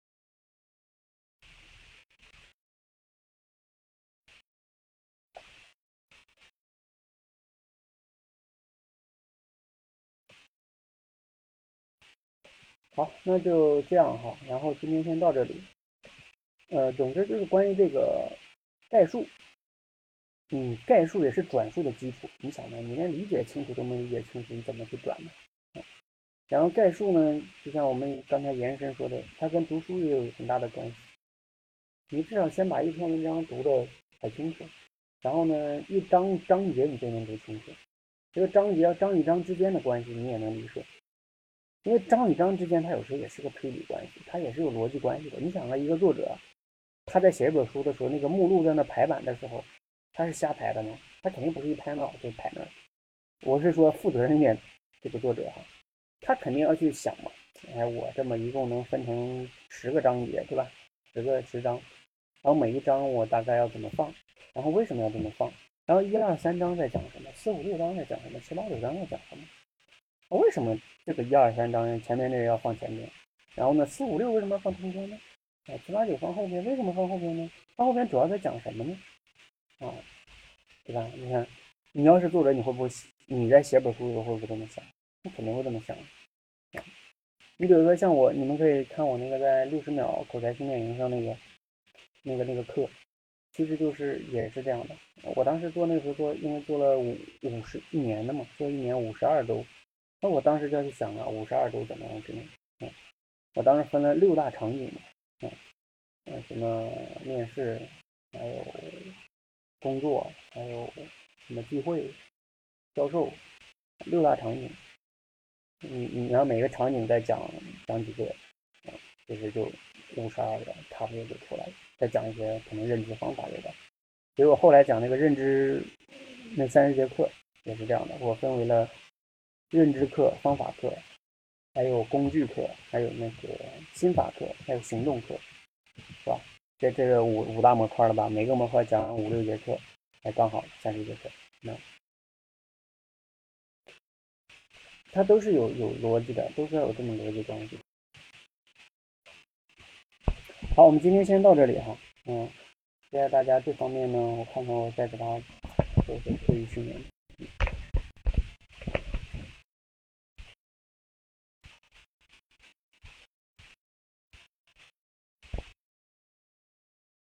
好，那就这样哈，然后今天先到这里。总之就是关于这个概述，概述也是转述的基础。你想呢，你连理解清楚都没理解清楚，你怎么去转呢？然后概述呢，就像我们刚才延伸说的，它跟读书也有很大的关系。你至少先把一篇文章读得很清楚，然后呢，一章节你就能读清楚。这个章节章与章之间的关系你也能理顺，因为章与章之间它有时候也是个推理关系，它也是有逻辑关系的。你想啊，一个作者他在写一本书的时候，那个目录在那排版的时候，他是瞎排的吗？他肯定不是一拍脑就排那儿。我是说负责任点，这个作者哈，他肯定要去想嘛，我这么一共能分成10个章节，对吧？10章，然后每一章我大概要怎么放，然后为什么要这么放，然后1、2、3章在讲什么，4、5、6章在讲什么，7、8、9章在讲什么，为什么这个1、2、3章前面这个要放前面，然后呢4、5、6为什么要放中间呢？7、8、9放后边，为什么放后边呢？放后边主要在讲什么呢？对吧？你看，你要是作者，你会不会你在写本书的时候会不会这么想？你肯定会这么想。你比如说像我，你们可以看我那个在60秒口才训练营上那个课，其实就是也是这样的。我当时做那个时候做，因为做了51年的嘛，做1年52周，那我当时就去想了52周怎么样之内，我当时分了6大场景嘛，什么面试，还有工作，还有什么聚会、销售，6大场景。你要每个场景再讲几个，就是就52个，差不多就出来了。再讲一些可能认知方法类的。所以我后来讲那个认知那30节课也是这样的，我分为了认知课、方法课、 还有工具课，还有那个心法课，还有行动课，是吧？这个五大模块了吧？每个模块讲5-6节课，还刚好30节课。那它都是有逻辑的，都是要有这么逻辑关系。好，我们今天先到这里哈。谢谢大家。这方面呢，我看看我再给大家做一些课余训练。